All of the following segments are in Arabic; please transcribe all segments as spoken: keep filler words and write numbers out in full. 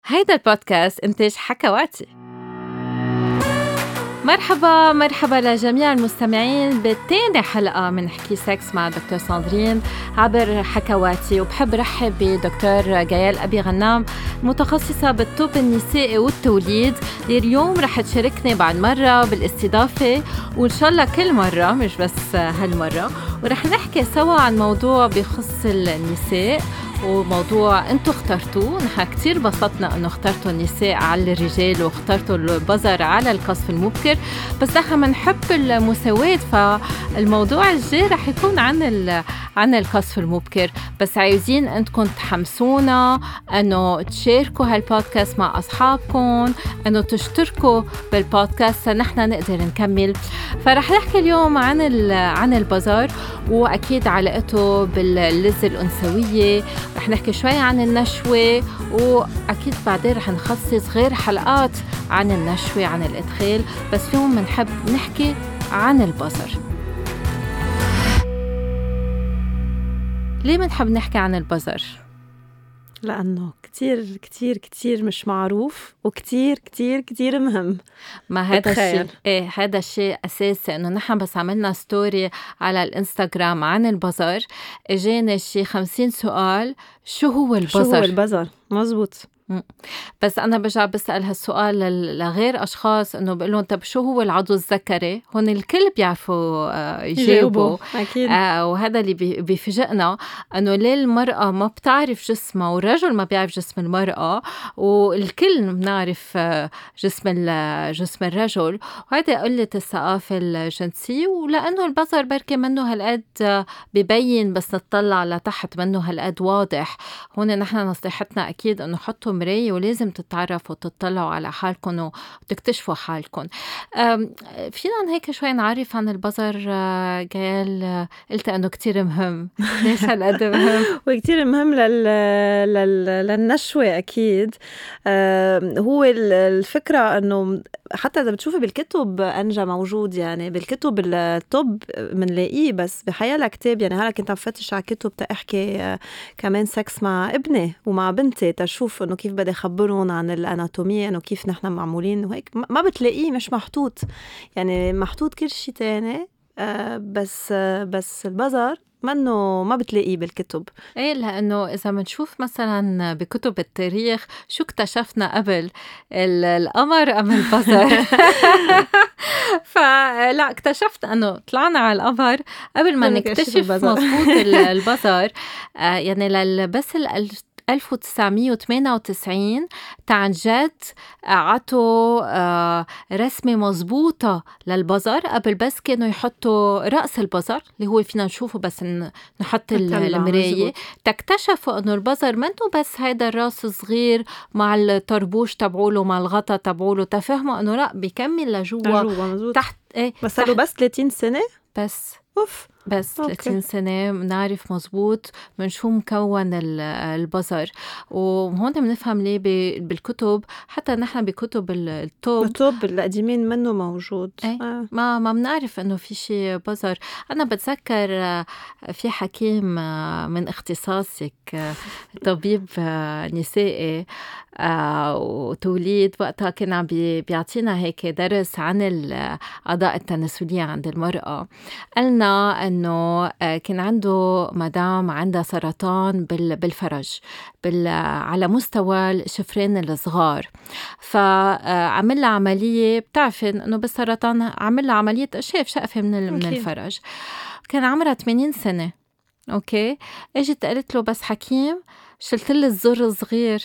هيدا البودكاست إنتاج حكواتي. مرحبا مرحبا لجميع المستمعين بتاني حلقة من حكي سكس مع دكتور ساندرين عبر حكواتي. وبحب رحب بدكتور جيال أبي غنام متخصصة بالطب النسائي والتوليد، اللي اليوم رح تشاركني بعد مرة بالاستضافة، وإن شاء الله كل مرة مش بس هالمرة، ورح نحكي سوا عن موضوع بخص النساء، وموضوع انتو اخترتوه. نحن كتير بسطنا انه اخترتوا النساء على الرجال واخترتوا البزر على القذف المبكر، بس نحن منحب المساواة، فالموضوع الجاي رح يكون عن عن القذف المبكر. بس عايزين انتكم تحمسونا انه تشاركوا هالبودكاست مع اصحابكم، انه تشتركوا بالبودكاست نحن نقدر نكمل. فرح نحكي اليوم عن عن البزر، واكيد علاقته باللذة الانثوية. رح نحكي شوي عن النشوة، وأكيد بعدين رح نخصص غير حلقات عن النشوة عن الإدخال، بس اليوم منحب نحكي عن البزر. ليه منحب نحكي عن البزر؟ لأنه كتير كتير كتير مش معروف، وكتير كتير كتير مهم. ما هذا الشيء ايه هذا الشيء اساسي، انه نحن بس عملنا ستوري على الانستغرام عن البزر، اجانا شي خمسين سؤال شو هو البزر. شو هو البزر؟ مزبوط. بس أنا برجع بسأل هالسؤال لغير أشخاص، إنه بقول لهم طب شو هو العضو الذكري؟ هون الكل بيعرفوا يجاوبوا أكيد. آه وهذا اللي بيفاجئنا، إنه ليه المرأة ما بتعرف جسمها والرجل ما بيعرف جسم المرأة، والكل بنعرف جسم جسم الرجل. وهذا قلة الثقافة الجنسية، ولأنه البزر بركي منه هالقد ببين، بس نطلع لتحت منه هالقد واضح. هون نحن نصيحتنا أكيد إنه حطوا مراية، ولازم تتعرفوا وتطلعوا على حالكم وتكتشفوا حالكم. فينا هيك شوي نعرف عن البزر جيال؟ قلت انه كتير مهم. ليش هالقد مهم؟ وكتير مهم لل... لل... للنشوة أكيد. هو الفكرة انه حتى إذا بتشوفي بالكتب أنجا موجود، يعني بالكتب الطب منلاقيه، بس بحيالها كتاب. يعني هلا كنت عم فتش على كتب تأحكي كمان سكس مع ابني ومع بنتي، تشوف انه كيف بدي اخبرهم عن الاناتومية، انه كيف نحن معمولين وهيك. ما بتلاقيه، مش محطوط، يعني محطوط كل شيء تاني. آه بس آه بس البزر منه ما بتلاقيه بالكتب. ايه، لانه اذا منشوف مثلا بكتب التاريخ شو اكتشفنا قبل، القمر ام البزر؟ فلا، اكتشفت انه طلعنا على القمر قبل ما نكتشف مظبوط البزر. آه يعني بس ألف وتسعمية وثمانية وتسعين عن جد عطوا آه رسمة مزبوطة للبزر. قبل بس كانوا يحطوا رأس البزر اللي هو فينا نشوفه، بس نحط المراية. تكتشفوا انه البزر منه بس هيدا الراس الصغير مع الطربوش تبعوله مع الغطا تبعوله، تفهموا انه لا بيكمل لجوا تحت. ايه بس له بس ثلاثين سنة بس أوف. بس ثلاثين سنة بنعرف مزبوط من شو مكون البزر. وهون بنفهم ليه بالكتب، حتى نحن بكتب الطب الطب القديمين منه موجود. ايه آه. ما ما بنعرف انه في شيء بزر. انا بتذكر في حكيم من اختصاصك طبيب نسائي وتوليد، وقتها كان عم بيعطينا هيك درس عن الأعضاء التناسلية عند المرأة. قالنا انه كان عنده مدام عندها سرطان بالفرج على مستوى الشفرين الصغار، فعمل لها عملية. بتعرفي انه بالسرطان عمل لها عملية شاف شقفة من من الفرج. كان عمرها ثمانين سنة. اوكي، اجت قالت له بس حكيم شلت لي الزر الصغير.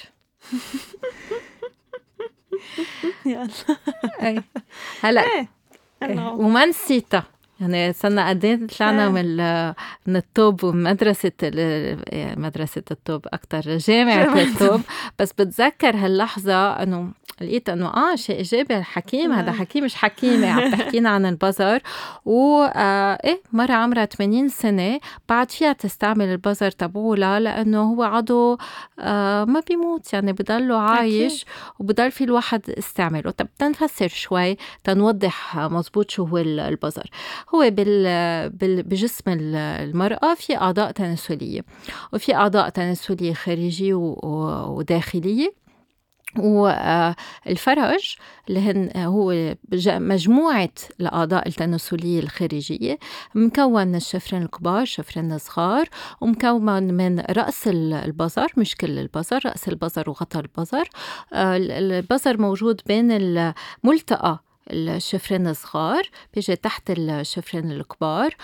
هلا وما نسيتها. يعني صرنا قدين طلعنا من من الطب ومدرسة مدرسة الطب أكتر جامعة الطب، بس بتذكر هاللحظة أنه لقيت أنه آه شيء إيجابي. الحكيم هذا حكيم مش حكيمة عم تحكينا عن البزر. وإيه مرة عمرها ثمانين سنة بعد فيها تستعمل البزر تبعولها، لأنه هو عضو آه ما بيموت، يعني بضله عايش وبضل في الواحد استعمله. طب تنفسر شوي تنوضح مزبوط شو هو البزر. هو بال بجسم المرأة في أعضاء تناسلية، وفي أعضاء تناسلية خارجية وداخلية، والفرج اللي هن هو مجموعة الأعضاء التناسلية الخارجية، مكون من الشفرين الكبار الشفرين الصغار، ومكون من رأس البصر، مش كل البصر، رأس البصر وغطاء البصر. البصر موجود بين الملتقى الشفرين الصغار، بيجي تحت الشفرين الكبار.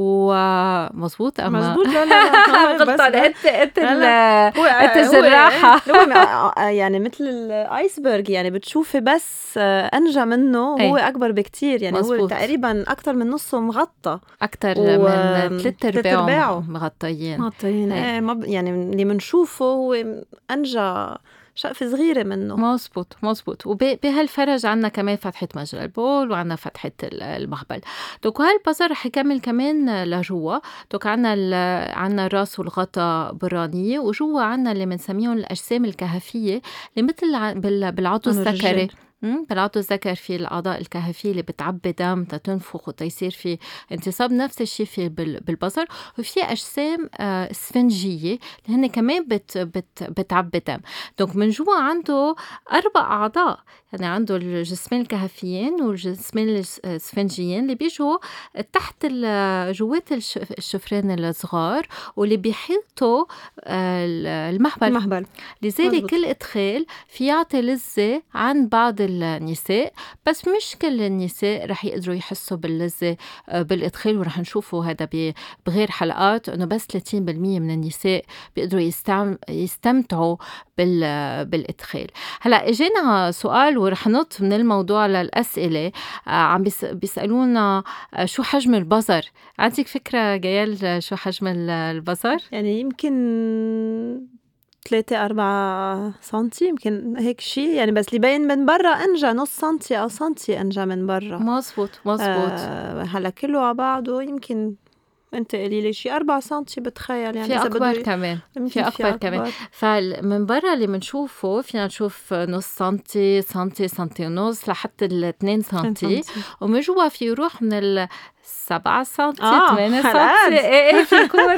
ومظبوط أما مزبوط. لا لا لا غلطان. انت انت انت الجراحة. يعني مثل الايسبرغ، يعني بتشوفي بس انجى منه، هو أي. اكبر بكتير، يعني مزبوط. هو تقريبا اكتر من نصه مغطى، اكتر و... من ثلاث ارباعه ارباعه مغطيين مغطيين. ايه ما ب... يعني اللي بنشوفه هو انجى شقفة صغيرة منه. مظبوط مظبوط. وبهالفرج عنا كمان فتحة مجرى البول، وعنا فتحة المهبل. دوك هالبصر رح يكمل كمان لجوا. دوك عنا عنا الراس والغطاء برانية، وجوا عنا اللي بنسميهم الأجسام الكهفية، اللي مثل بالعضو الذكري. بالعضو الذكر في الأعضاء الكهفية اللي بتعبي دم تنفخ وتيصير في انتصاب. نفس الشيء في بالبصر. وفي أجسام اسفنجية اللي هن كمان بت بت بتعبي دم. دونك من جوا عنده أربع أعضاء، يعني عنده الجسمين الكهفيين والجسمين الاسفنجيين اللي بيجوا تحت جوات الشفرين الصغار، واللي بيحيطوا المهبل. المهبل. لذلك كل إدخال في يعطي لذة عن بعض النساء، بس مش كل النساء رح يقدروا يحسوا باللذة بالإدخال. ورح نشوفوا هذا بغير حلقات، أنه بس ثلاثين بالمية من النساء بيقدروا يستم... يستمتعوا بال... بالإدخال. هلأ إجينا سؤال ورح نط من الموضوع للأسئلة. عم بيس... بيسألونا شو حجم البصر. عندك فكرة جيال شو حجم البصر؟ يعني يمكن ثلاثة أربعة سنتي، يمكن هيك شيء يعني، بس اللي باين من برا أنجا نص سنتي أو سنتي أنجا من برا. مظبوط مظبوط. آه هلا كله على بعضه يمكن أنت قلي لي شيء أربع سنتي بتخيل، يعني في أكبر كمان، في أكبر, أكبر كمان. فمن برا اللي منشوفه فينا نشوف نص سنتي سنتي سنتي ونص لحتى الاثنين سنتي، ومن جوا في يروح من ال سبعة سنتي ثمانية سنتي. ايه ايه في يكون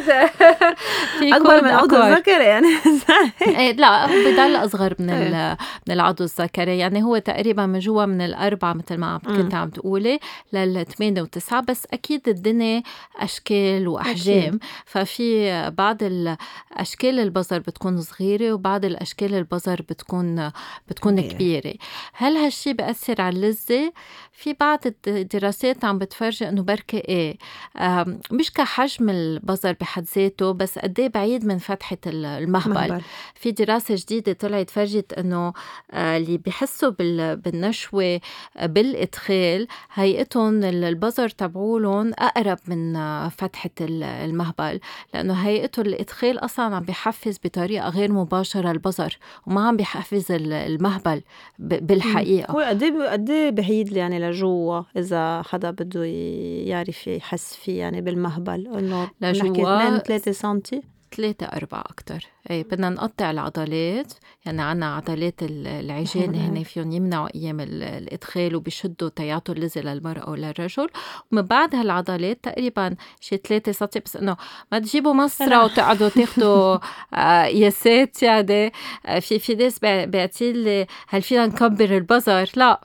في اكبر من العضو الذكري يعني. ايه لا بضل اصغر من من العضو الذكري، يعني هو تقريبا من جوا من الاربعه مثل ما كنت عم تقولي للثمانية وتسعة. بس اكيد الدنيا اشكال واحجام أكيد. ففي بعض الاشكال البصر بتكون صغيره، وبعض الاشكال البصر بتكون بتكون أوكي. كبيره. هل هالشي بأثر على اللذه؟ في بعض الدراسات عم بتفرجي انه بركة ايه مش كحجم البصر بحد ذاته، بس قد ايه بعيد من فتحة المهبل. مهبل. في دراسة جديدة طلعت فرجت انه اللي بيحسوا بالنشوة بالإدخال هيئتهم البصر تبعولهم اقرب من فتحة المهبل، لانه هيئته الإدخال اصلا عم بيحفز بطريقة غير مباشرة البصر، وما عم بيحفز المهبل بالحقيقة. هو قد ايه قد ايه بعيد يعني لجوا اذا حدا بده يعرف يحس فيه يعني بالمهبل، انه لجوا اثنين ثلاثة سنتي ثلاثة أربعة أكتر. أي بدنا نقطع العضلات، يعني عنا عضلات العجين هنا فيهم يمنعوا أيام الإدخال وبيشدوا تيعطوا اللذة للمرأة وللرجل. ومن بعد هالعضلات تقريبا شي ثلاثة سنتي، بس إنه ما تجيبوا مسرة وتقعدوا تاخدوا قياسات. يعني في في ناس بيعتيلي هل فينا نكبر البصر؟ لا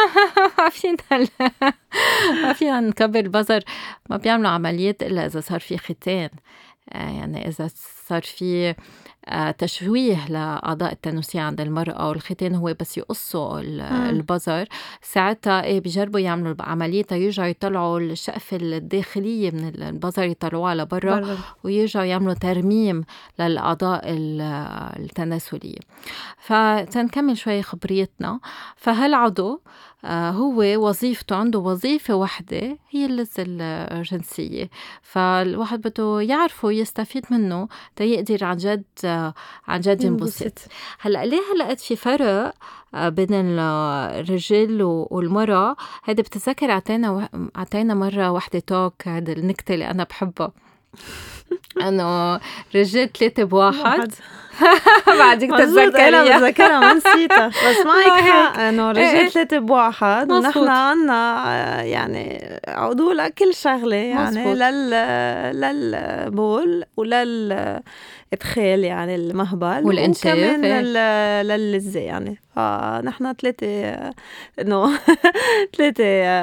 ما فينا ما فينا نكبر البصر. ما بيعملوا عمليات إلا إذا صار في ختان، يعني إذا صار في تشويه لأعضاء التناسلية عند المرأة، والختان هو بس يقصوا البصر، ساعتها إيه بيجربوا يعملوا عملية يرجعوا يطلعوا الشقفة الداخلية من البصر يطلعوها لبرا، ويرجعوا يعملوا ترميم للأعضاء التناسلية. فتنكمل شوي خبريتنا. فهالعضو هو وظيفته عنده وظيفة واحدة هي اللذة الجنسية، فالواحد بده يعرفه يستفيد منه تيقدر عن جد عن جد ينبسط. هلأ ليه هلقت في فرق بين الرجل والمرأة؟ هيدا بتذكر عطينا عطينا مرة واحدة توك، هذا النكتة اللي أنا بحبها أنه رجال ثلاثة بواحد بعدك مزبوط، أنا تتذكريها. بتذكرها ما نسيتها. بس معك هيك. حق إنه إيه إيه. رجال ثلاثة بواحد، ونحن مزبوط. عنا يعني عضو لكل شغلة، يعني مزبوط. لل للبول ولل إدخال يعني المهبل، والإنجاب، وكمان إيه. لل لللذة يعني. فنحن ثلاثة إنه ثلاثة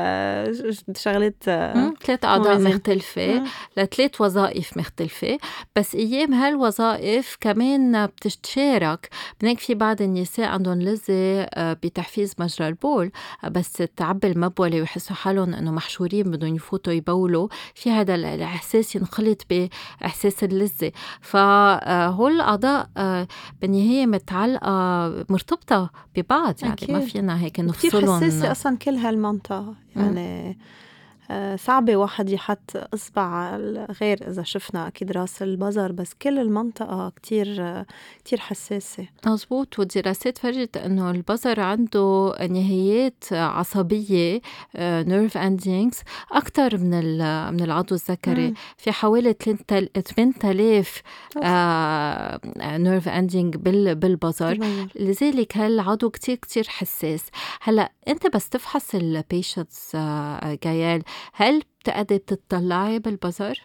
شغلات مم، ثلاث أعضاء مميزين. مختلفة مم. لثلاث وظائف مختلفة، بس أيام هالوظائف كمان بتشترك. هناك في بعض النساء عندهم لذة آه، بتحفيز مجرى البول، آه، بس تعبي المبولة ويحسوا حالهم إنه محشورين بدهم يفوتوا يبولوا، في هذا ال- الإحساس ينخلط بإحساس اللذة. فهول الأعضاء آه، بالنهاية متعلقة مرتبطة ببعض، يعني ما أكيد. فينا هيك كتير حساسة نفصلهم. أصلا كل هالمنطقة، يعني آه، صعبة واحد يحط إصبع على غير إذا شفنا أكيد راس البزر، بس كل المنطقة كتير آه، كتير حساسة. مظبوط. والدراسات فرجت انه البصر عنده نهايات عصبيه نيرف اندينجز اكثر من ال- من العضو الذكري. مم. في حوالي ثمانية آلاف أوف. نيرف اندينج بالبصر، بالبزر. لذلك هالعضو كتير كتير حساس. هلا انت بس تفحص البيشنتس جايال، هل بتقدر بتطلعي بالبصر؟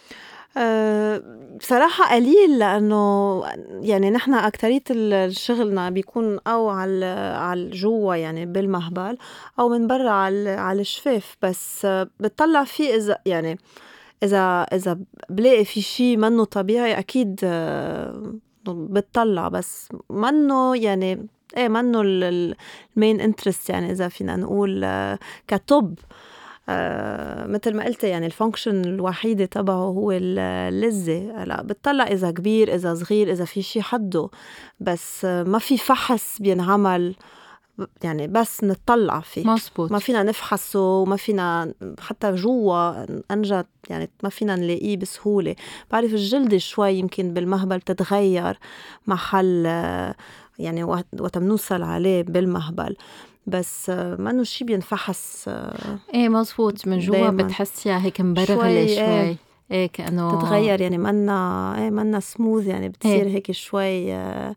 أه بصراحة قليل، لأنه يعني نحن أكترية ال- شغلنا بيكون أو على على جوا يعني بالمهبل، أو من برا على على الشفاف. بس آه، بتطلع فيه إذا يعني إذا إذا بلاقي في شي منه طبيعي أكيد آه، بتطلع، بس منه يعني إيه منه المين انترست، يعني إذا فينا نقول آه، كطب. آه، مثل ما قلت يعني الفانكشن الوحيدة تبعه هو ال- اللذة. لا بتطلع إذا كبير إذا صغير إذا في شي حده، بس آه، ما في فحص بينعمل، يعني بس نطلع فيه. مظبوط. ما فينا نفحصه، وما فينا حتى جوا أنجد يعني ما فينا نلاقيه بسهولة. بعرف الجلد شوي يمكن بالمهبل تتغير محل آه، يعني وقت وقت منوصل عليه بالمهبل، بس آه، ما انه شي بينفحص آه، ايه مظبوط. من جوا دايما بتحسيها هيك مبرغلة شوي ايه شوي، ايه كأنه تتغير، يعني منا ايه منا سموث، يعني بتصير ايه. هيك شوي آه،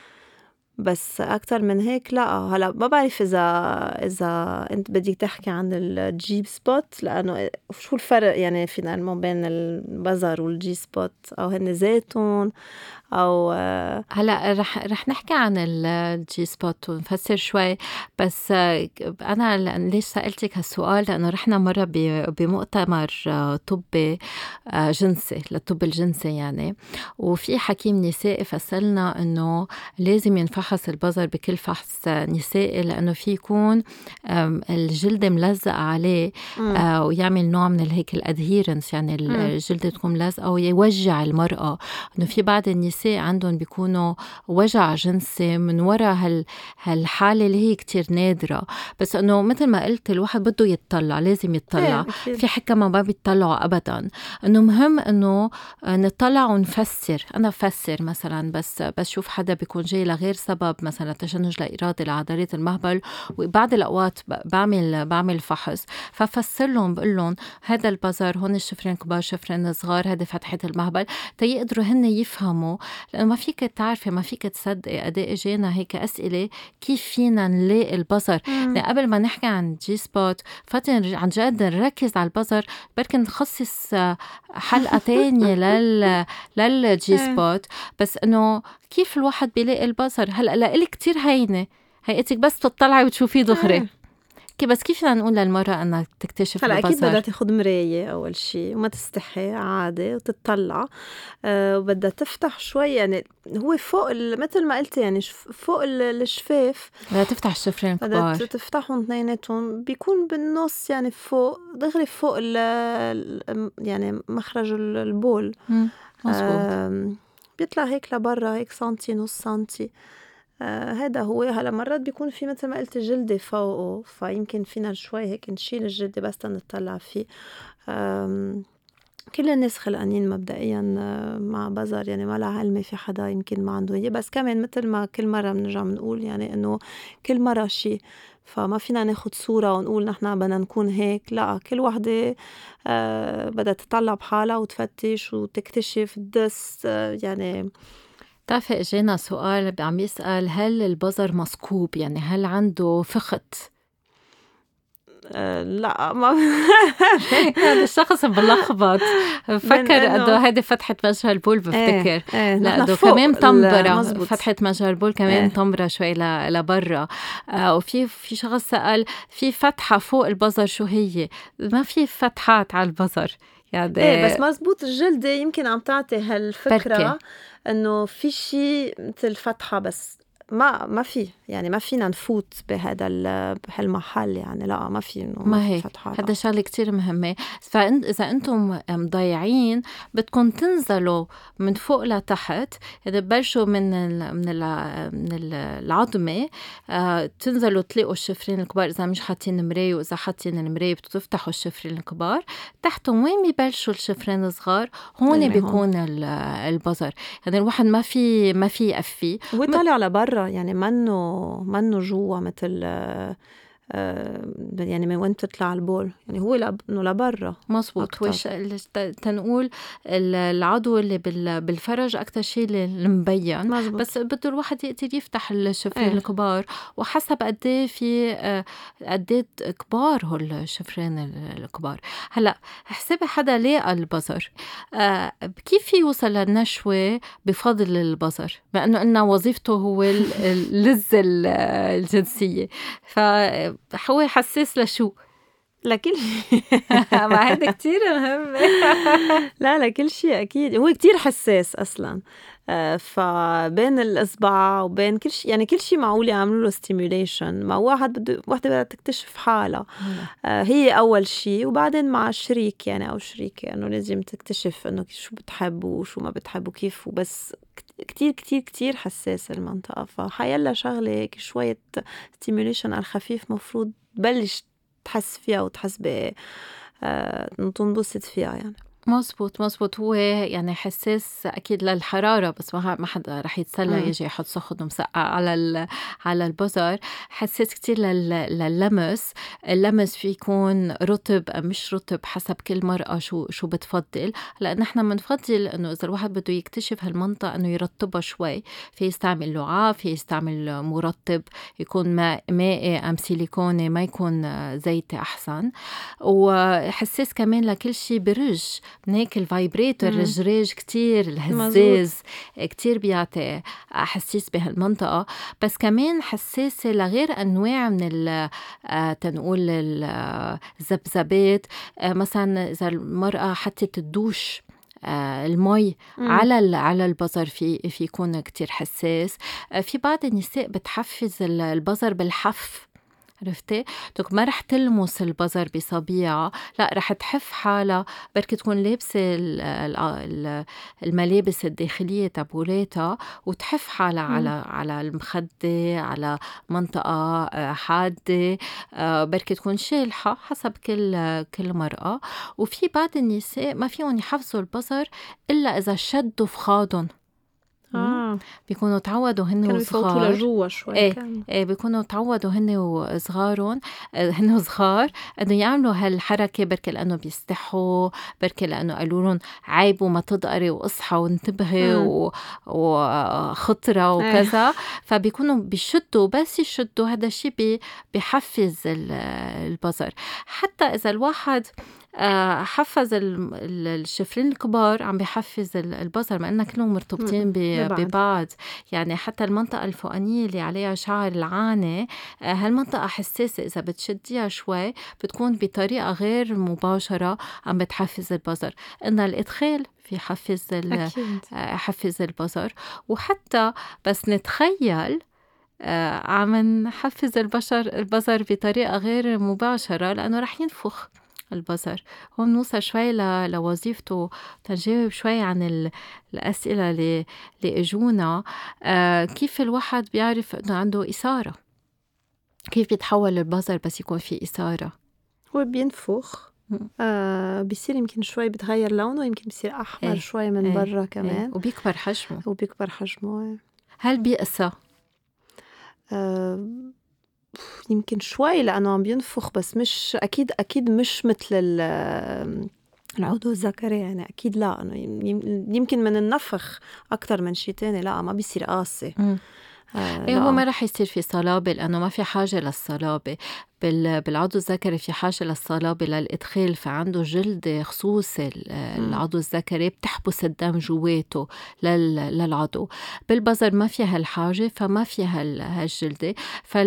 بس أكتر من هيك لا. هلا ما بعرف إذا إذا أنت بدك تحكي عن الجي سبوت، لأنه شو الفرق يعني فينا ما بين البزر والجي سبوت، أو هن ذاتهم أو آه، هلا رح رح نحكي عن الجي سبوت ونفسر شوي. بس آه، انا ل- ليش سألتك هالسؤال؟ لانه رحنا مره ب- بمؤتمر آه، طبي آه، جنسي للطب الجنسي يعني، وفي حكيم نسائي فسرنا انه لازم ينفحص البظر بكل فحص آه، نسائي، لانه في يكون آم، الجلد ملزق عليه مم. آه، ويعمل نوع من الهيك الادهيرنس، يعني ال- مم. الجلد تكون ملزقه ويوجع المرأة. انه في بعض النساء عندهم بيكونوا وجع جنسي من وراء هال هالحالة اللي هي كتير نادرة. بس انه مثل ما قلت الواحد بده يتطلع، لازم ايه يتطلع. أكيد. في حكمة ما بيتطلعوا ابدا، انه مهم انه نطلع ونفسر. انا بفسر مثلا، بس بشوف حدا بيكون جاي لغير سبب، مثلا تشنج لا ارادي لعضلات المهبل، وبعض الاوقات ب- بعمل بعمل فحص، ففسر لهم بقول لهم هذا البزر، هون الشفرين كبار شفرين صغار، هذه فتحة المهبل، تيقدروا هن يفهموا. لأنه ما فيك تعرفي، ما فيك تصدقي قد ايه اجينا هيك أسئلة كيف فينا نلاقي البصر. مم. يعني قبل ما نحكي عن جي سبوت فاتن عن جد نركز على البصر، بركي نخصص آه، حلقة تانية لل للجي ايه سبوت. بس إنه كيف الواحد بيلاقي البصر؟ هلا لإلك كتير هينة، هيئتك بس تطلعي وتشوفيه دغري. ايه كي بس كيف بدنا نقول للمرأة أنها تكتشف هلا أكيد بدها البصر؟ تاخد مراية أول شي وما تستحي عادي وتتطلع، أه وبدها تفتح شوي، يعني هو فوق ال- مثل ما قلت يعني شف- فوق ال- الشفاف بدها تفتح الشفرين بدها ت- كبار. تفتحهم اثنيناتهم، بيكون بالنص يعني فوق دغري فوق ال ال- يعني مخرج ال- البول. مم، مزبوط. آم، بيطلع هيك لبرا هيك سنتي نص سنتي. آه هذا هو. هلا مرات بيكون في مثل ما قلت جلدة فوقه، فيمكن فينا شوي هيك نشيل الجلدة بس تنطلع فيه. آم، كل الناس خلقانين مبدئيا آه، مع بزر، يعني ما لها علمي في حدا يمكن ما عنده إياه، بس كمان مثل ما كل مرة بنرجع بنقول يعني إنه كل مرة شي، فما فينا ناخد صورة ونقول نحنا بدنا نكون هيك. لا، كل وحدة آه بدها تطلع بحالها وتفتش وتكتشف الدس آه يعني بتعرفي اجينا سؤال عم يسأل هل البظر مثقوب، يعني هل عنده فخت؟ آه لا ما هذا الشخص ملخبط، من فكر قدو انه هيدي فتحة مجرى البول بفتكر. ايه ايه لا نحن قدو فوق كمان ال- مطمبرة، مزبوط. فتحة مجرى البول كمان ايه مطمبرة شوي ل- لبرا. آه وفي في شخص سأل في فتحة فوق البظر شو هي؟ ما في فتحات على البظر يعني. ايه بس مزبوط الجلدة يمكن عم تعطي بركة هالفكرة انه في شيء مثل فتحة، بس ما ما في يعني ما فينا نفوت بهذا ال- بهالمحل يعني. لا ما في انه ما ما في هيك، فتحة هذا لا. شغله كتير مهمة. فإذا أنتم مضيعين بدكم تنزلوا من فوق لتحت، إذا ببلشوا من ال من ال من ال- العظمة، آه تنزلوا تلاقوا الشفرين الكبار إذا مش حاطين مراية، وإذا حاطين المراية بتفتحوا الشفرين الكبار. تحتهم وين ببلشوا الشفرين الصغار هون اللي هون بيكون ال- البظر. يعني الواحد ما في ما في يقفيه. هو طالع لبرا يعني منه منه جوا مثل آه، آه، يعني من وين تطلع البول يعني هو لب... انه لبرا مظبوط. هو اكتر. الش- الش- ت- تنقول ال- العضو اللي بال- بالفرج أكتر شيء اللي المبين، مزبوط بس بده الواحد يقدر يفتح الشفرين ايه الكبار، وحسب قد ايه في آه، قد ايه كبار هول الشفرين ال- الكبار. هلا حسبي حدا لاقى البظر، آه، كيف في يوصل للنشوة بفضل البظر، مع انه قلنا وظيفته هو ال- اللذة ال- الجنسية، فهو حساس لشو؟ لكل ما هيدا كتير مهم. لا لكل شيء اكيد هو كتير حساس اصلا. آه، فبين الاصبع وبين كل شيء يعني كل شيء معقول يعملوا له ستيميوليشن. ما واحد بده وحده بدها تكتشف حالها، آه، هي اول شيء، وبعدين مع الشريك يعني او شريكه انه لازم تكتشف انه شو بتحب وشو ما بتحب وكيف. وبس كتير كتير كتير حساسة المنطقة، فحيلا شغلة هيك شوية ستيميوليشن على الخفيف مفروض تبلش تحس فيها وتحس ب آه، تنبسط فيها يعني. مزبوط مزبوط. هو يعني حساس اكيد للحراره، بس ما ما حدا رح يتسلى مم. يجي يحط سخن ومسقع على ال- على البظر. حساس كتير لل- لللمس. اللمس في يكون رطب أم مش رطب حسب كل مرأة شو شو بتفضل. لأن نحن بنفضل انه اذا الواحد بده يكتشف هالمنطقه انه يرطبها شوي، في يستعمل لعاب، في يستعمل مرطب يكون ماء مائي ام سيليكوني، ما يكون آه، زيتي احسن. وحساس كمان لكل شيء برج، من هيك الفايبريتور مم. الجريج كتير، مزبوط. الهزاز كتير بيعطي حساس بهالمنطقة. بس كمان حساسة لغير أنواع من ال آه، تنقول ال- الذبذبات. آه، مثلا إذا المرأة حطت الدوش آه، المي مم. على ال- على البظر في في يكون كتير حساس. آه، في بعض النساء بتحفز ال- البظر بالحف، عرفتي؟ دوك ما رح تلمس البظر بصبيعة، لا رح تحف حالها. بركي تكون لابسة ال- ال- ال- الملابس الداخلية تبولاتها، وتحف حالها على مم. على المخدة، على منطقة آه، حادة. آه، بركي تكون شالحة حسب كل كل مرأة. وفي بعض النساء ما فيهم يحفظوا البظر إلا إذا شدوا فخادهم. اه بيكونوا تعودوا هن كانوا يفوتوا وصغار. لجوا شوي ايه كان. ايه بيكونوا تعودوا هن وصغارهم، آه، هن وصغار انه يعملوا هالحركه، بركي لانه بيستحوا، بركي لانه قالوا لهم عيب وما تدقري واصحى وانتبهي مم. و- وخطره ايه وكذا. فبيكونوا بيشدوا، بس يشدوا هذا الشيء بي بيحفز ال- البظر. حتى اذا الواحد آه، حفز ال- ال- الشفرين الكبار عم بيحفز ال- البظر، مع اننا كلهم مرتبطين مم. ب- ببعض. ببعض. يعني حتى المنطقة الفوقانية اللي عليها شعر العانة، آه، هالمنطقة حساسة، إذا بتشديها شوي بتكون بطريقة غير مباشرة عم بتحفز البظر. إن الإدخال في حفز ال- اكيد آه، حفز البظر. وحتى بس نتخيل آه، عم نحفز البشر البظر بطريقة غير مباشرة، لأنه رح ينفخ البظر. هون نوصل شوي ل- لوظيفته، تنجاوب شوي عن ال- الأسئلة اللي, اللي إجونا. آه، كيف الواحد بيعرف إنه عنده إثارة؟ كيف بيتحول البظر بس يكون في إثارة؟ هو بينفخ، مم. آه بيصير يمكن شوي بتغير لونه، يمكن بيصير أحمر ايه شوي من ايه برا ايه كمان، وبيكبر حجمه. وبيكبر حجمه. هل بيقسى؟ آه يمكن شوي لأنه عم بينفخ، بس مش أكيد أكيد مش مثل ال العضو الذكري يعني أكيد لا، إنه يم- يمكن من النفخ أكتر من شي تاني، لا ما بيصير قاسي. مم. آه إيه، هو لا. ما رح يصير في صلابة لأنه ما في حاجة للصلابة. بال- بالعضو الذكري في حاجة للصلابة للإدخال، فعنده جلد خصوصي ال- مم. العضو الذكري بتحبس الدم جواته لل- للعضو. بالبظر ما فيها هالحاجة، فما فيها هال- هالجلدة،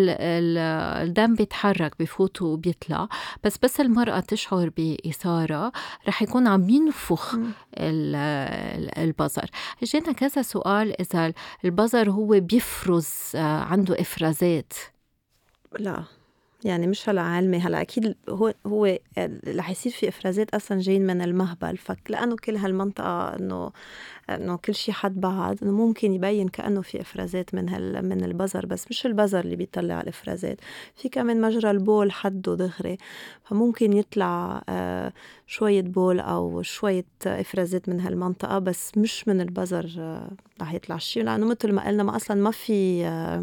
فالدم بيتحرك بفوت وبيطلع. بس بس المرأة تشعر بإثارة رح يكون عم ينفخ مم. ال- ال- البظر. جينا كذا سؤال إذا البظر هو بيفرز، آه، عنده إفرازات. لا يعني مش هلا عالمي، هلا اكيد هو هو رح يصير في افرازات اصلا جايين من المهبل، فلانه كل هالمنطقه انه انه كل شيء حد بعض، انه ممكن يبين كانه في افرازات من هال من البزر، بس مش البزر اللي بيطلع الافرازات، في كمان مجرى البول حده دغري، فممكن يطلع آه شويه بول او شويه افرازات من هالمنطقه، بس مش من البزر آه رح يطلع شيء، لانه مثل ما قلنا ما اصلا ما في آه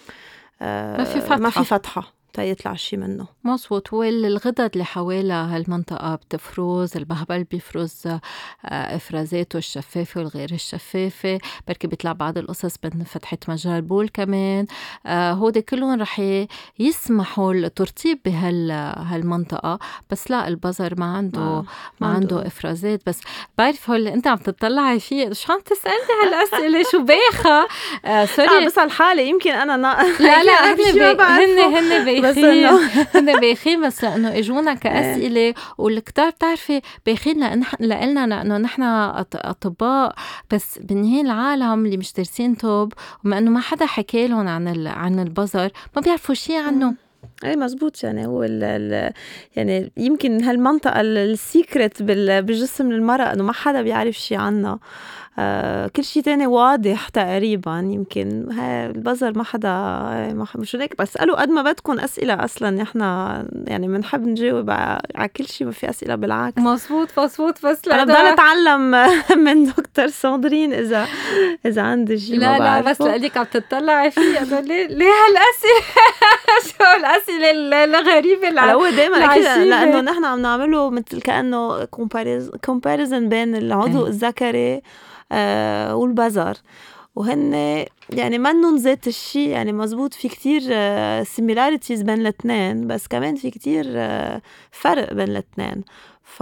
ما في آه ما في فتحة. فتحه تيطلع شيء منه. مظبوط. والغدد اللي حواليها هالمنطقة بتفرز، البهبل بيفرز آه، إفرازاته الشفافة والغير الشفافة، بركي بيطلع بعض القصص من فتحة مجرى البول كمان. آه، هودي كلهم رح ي- يسمحوا الترطيب بهالمنطقة، بس لا البظر ما عنده ما, ما ما عنده عنده. إفرازات. بس بعرف هول أنت عم تطلعي فيه شو عم تسألني هالأسئلة شو بايخة. آه لا سوري. بس هالحالة يمكن أنا نا... لا لا أنا هن في شي بي... ما هن بعرفه، هن بس بايخين. إنه هن بايخين بس لانه اجونا إيه. كاسئله، والكتار بتعرفي بايخين لان لنا لانه نحن اطباء، بس بالنهايه العالم اللي مش دارسين طب وما انه ما حدا حكى لهم عن ال... عن البظر ما بيعرفوا شيء عنه. اي مزبوط. يعني هو ال ال يعني يمكن هالمنطقة السيكرت بجسم المرأة انه ما حدا بيعرف شي عنها. آه كل شي تاني واضح تقريبا، يمكن هاي البظر ما حدا ما حدا مش هيك. بسألوا قد ما بدكم أسئلة، أصلا نحن يعني بنحب نجاوب على كل شي، ما في أسئلة بالعكس. مظبوط مظبوط. بس أنا بضل أتعلم من دكتور ساندرين إذا إذا عندي شي ما لا لا بس بعرفه. لأنك عم تطلعي فيه أنا ليه ليه هالأسئلة شو الأسئلة الغريبة هلا هو دايما اكيد العجيبة. لانه نحن عم نعمله مثل كانه كومباريزن بين العضو إيه. الذكري آه والبزر، وهن يعني منن ذات الشيء. يعني مزبوط في كتير سيميلاريتيز بين الاثنين، بس كمان في كتير آه فرق بين الاثنين. ف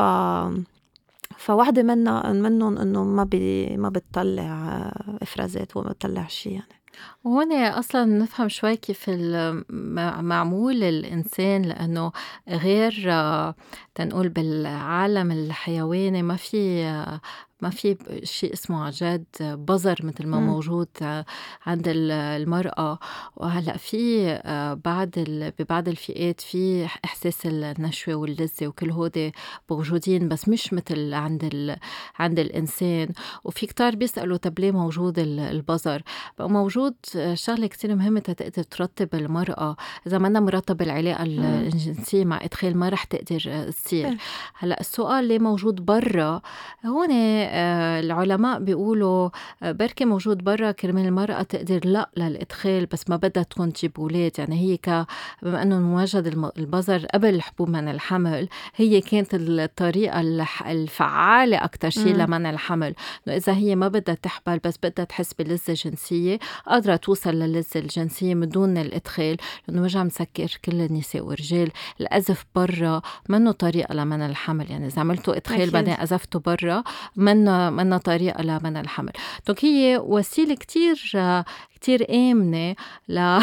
فواحدة منا منهم انه ما بي ما بتطلع آه، افرازات وما بتطلع شيء يعني. هون أصلا نفهم شوي كيف الم- معمول الإنسان، لأنه غير آه، تنقول بالعالم الحيواني ما في آه، ما في شيء اسمه عن جد بظر مثل ما مم. موجود آه، عند ال- المرأة. وهلأ في آه، بعض ال- ببعض الفئات في إحساس النشوة واللذة وكل هودي موجودين، بس مش مثل عند ال- عند الإنسان. وفي كتار بيسألوا طب ليه موجود ال- البظر؟ بقى موجود شغلة كتير مهمة تقدر ترتب المرأة. إذا ما أنا مرتبة العلاقة مم. الجنسية مع إدخال ما رح تقدر تصير. إيه. هلأ السؤال ليه موجود برا؟ هون آه، العلماء بيقولوا آه، بركي موجود برا كرمال المرأة تقدر لا للإدخال، بس ما بدها تكون تجيب أولاد. يعني هي ك بما أنه موجد الم- البظر قبل الحبوب من الحمل، هي كانت الطريقة الح- الفعالة أكتر شيء مم. لمنع الحمل. إنه إذا هي ما بدها تحبل بس بدها تحس بلذة جنسية، قادرة توصل للذة الجنسية من دون الإدخال، لأنه مش عم سكر كل النساء والرجال. الأزف برا منه طريقة لمنع الحمل. يعني إذا عملتوا إدخال أكيد. بعدين أزفتوا برا منه منه طريقة لمنع الحمل. دونك هي وسيلة كتير كتير آمنة ل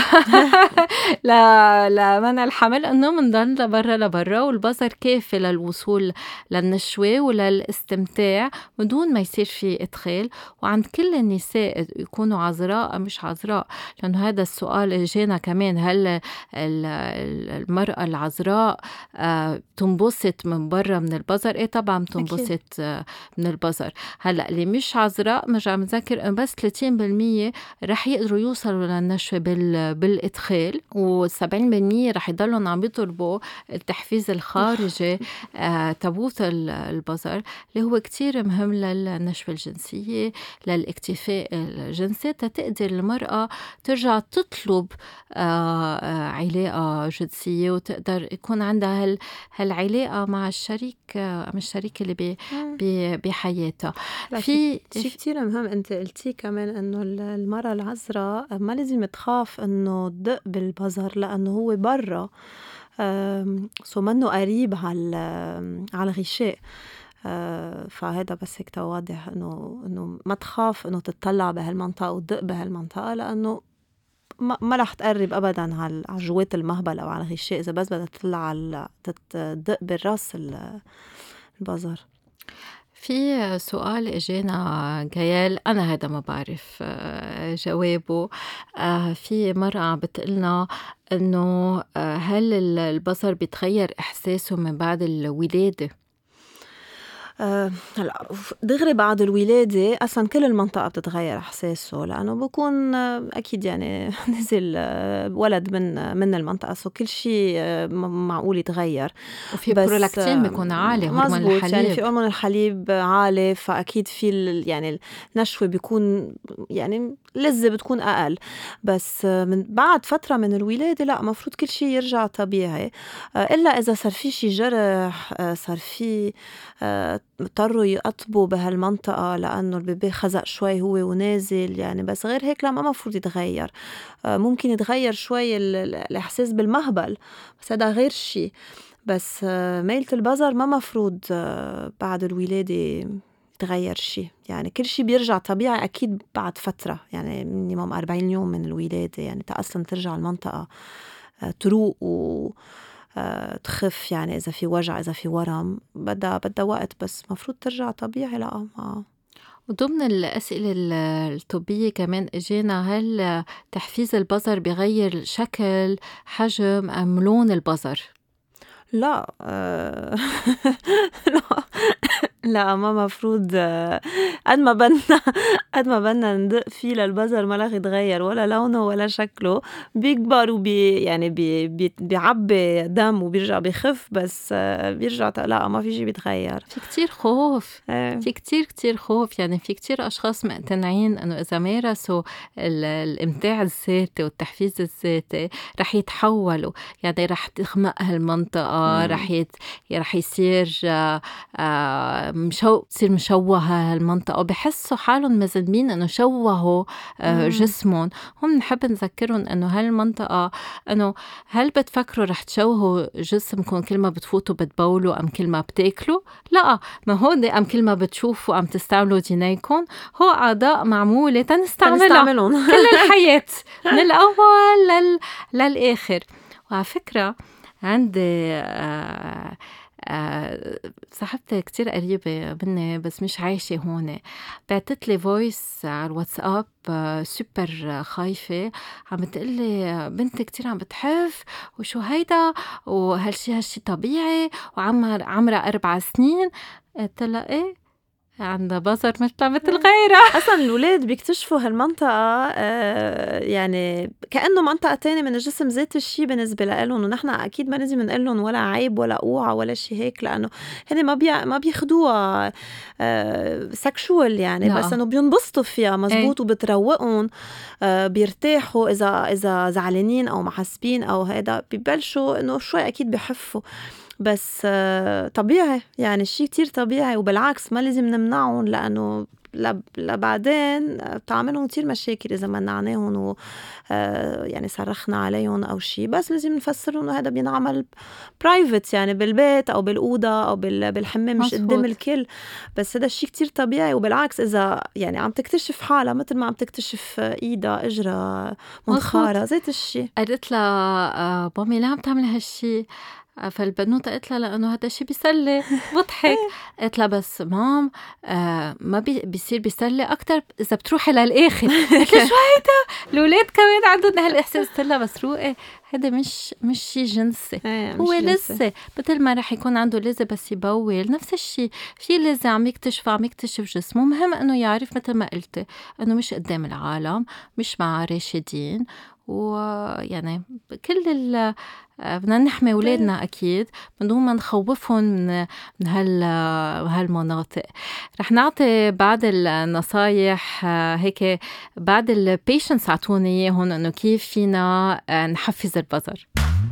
ل لمنع الحمل، إنه منضل لبرا لبرا، والبظر كافي للوصول للنشوة وللاستمتاع من دون ما يصير في إدخال. وعند كل النساء يكونوا عذراء مش عذراء، لأنه هذا السؤال جينا كمان، هل ال- ال- المرأة العذراء آه، تنبسط من برا من البظر؟ إيه طبعا تنبسط آه، من البظر. هلأ اللي مش عذراء مش عم ذكر إن بس ثلاثين بالمية رح يقدروا يوصلوا للنشوة بال بالإدخال، وسبعين بالمية رح يضلوا عم يطلبوا التحفيز الخارجي آه، تبوت ال- البظر، اللي هو كتير مهم للنشوة الجنسية، للاكتفاء الجنسي، تقدر المرأة ترجع تطلب آه، آه، علاقة جنسية وتقدر يكون عندها هال هالعلاقة مع الشريك مع الشريك اللي بي بي بحياتها. في شيء كتير مهم انت قلتي كمان انه المرأة العذراء ما لازم تخاف انه تدق بالبزر لانه هو برا، سو منه قريب على على الغشاء. آه فهذا بس هيك تواضح انه انه ما تخاف انه تطلع بهالمنطقه وتدق بهالمنطقه لانه ما, ما رح تقرب ابدا على جوات المهبل او على الغشاء اذا بس بدها تطلع على تدق بالراس البزر. في سؤال اجانا جيال انا هذا ما بعرف جوابه. في مرأة بتقلنا انه هل البصر بيتغير احساسه من بعد الولادة؟ هلا دغري بعد الولادة أصلا كل المنطقة بتتغير إحساسه لأنه بكون أكيد يعني نزل ولد من من المنطقة، سو كل شيء معقول يتغير. وفي برولاكتين بيكون عالي، هرمون الحليب يعني في هرمون الحليب عالي، فأكيد في يعني النشوة بيكون يعني لذة بتكون أقل. بس من بعد فترة من الولادة لا، مفروض كل شيء يرجع طبيعي، إلا إذا صار في شي جرح، صار في اضطروا يقطبوا بهالمنطقة لأنه البيبي خزق شوي هو ونازل يعني. بس غير هيك لا، ما مفروض يتغير. ممكن يتغير شوي الإحساس بالمهبل بس هذا غير شي. بس ميلة البزر ما مفروض بعد الولادة يتغير شي، يعني كل شي بيرجع طبيعي أكيد بعد فترة، يعني مينيموم أربعين يوم من الولادة يعني تا أصلا ترجع المنطقة تروق و تخف. يعني إذا في وجع، إذا في ورم، بدها بدها وقت، بس مفروض ترجع طبيعي. لا ما وضمن الأسئلة الطبية كمان إجينا، هل تحفيز البزر بيغير شكل، حجم أم لون البزر؟ لا لا لا ما مفروض. قد ما بدنا قد ما بدنا ندق فيه للبزر ما رح يتغير ولا لونه ولا شكله. بيكبر وبي يعني بي بي بيعبي دم وبيرجع بيخف، بس بيرجع لا ما في شيء بيتغير. في كتير خوف، في كتير كتير خوف. يعني في كتير أشخاص مقتنعين أنه إذا مارسوا الإمتاع الذاتي والتحفيز الذاتي رح يتحولوا، يعني رح تخمق هالمنطقة، رح يت... رح يصير آه آه مشو... تصير مشوهة هالمنطقة، وبحسوا حالهم مذنبين انه شوهوا آه جسمهم. هم نحب نذكرهم انه هالمنطقة، انه هل بتفكروا رح تشوهوا جسمكم كل ما بتفوتوا بتبولوا ام كل ما بتاكلوا؟ لا، ما هو دي ام كل ما بتشوفوا ام تستعملوا جينيكم، هو اعضاء معمولة تنستعملها كل الحياة من الاول لل... للاخر. وعلى فكرة عندي آه آه صاحبتي كتير قريبة مني بس مش عايشة هون، بعتت لي فويس على الواتساب آه سوبر خايفة، عم بتقلي بنتي كتير عم بتحف وشو هيدا وهالشي هالشي طبيعي وعمر عمرها أربع سنين. قلت لها ايه عندها بصر مثل مثل غيرها. اصلا الاولاد بيكتشفوا هالمنطقه آه يعني كانه منطقه تانية من الجسم، ذات الشيء بالنسبه لهم. ونحن اكيد ما لازم نقول لهم ولا عيب ولا اوعى ولا شيء هيك، لانه هن ما بي ما بياخدوها آه سكشوال يعني لا. بس انه بينبسطوا فيها مزبوط ايه. وبتروقهم آه بيرتاحوا اذا اذا زعلانين او محسبين او هيدا ببلشوا انه شوي اكيد بحفوا. بس طبيعي يعني الشيء كتير طبيعي، وبالعكس ما لازم نمنعهم لأنه لبعدين بتعملهم كتير مشاكل إذا منعناهم و يعني صرخنا عليهم أو شيء. بس لازم نفسر إنه هذا بينعمل برايفت يعني بالبيت أو بالأوضة أو بالحمام مش قدام الكل. بس هذا الشيء كتير طبيعي، وبالعكس إذا يعني عم تكتشف حالها مثل ما عم تكتشف إيدها إجرها منخارة ذات الشيء. قالت لها بامي لا عم تعمل هالشيء، فالبنوتة قلت لها لأنه هذا الشيء بيسلي بضحك. قلت لها بس مام آه ما بي بيصير بيسلي أكتر إذا بتروحي للآخر. قلت لها شو هيدا، الأولاد كمان عندهم هالإحساس. قلت لها بس روقي هذا مش مش شيء جنسي، هو لسه مثل ما رح يكون عنده لذة بس يبول نفس الشيء. في لذة عم يكتشف عم يكتشف جسمه. مهم إنه يعرف مثل ما قلت إنه مش قدام العالم، مش مع راشدين، ويعني كل ال بدنا نحمي أولادنا أكيد من دون ما نخوفهم من من هال هالمناطق. رح نعطي بعض النصايح هيك بعد البيشنس عطوني إياهم إنه كيف فينا نحفز البظر.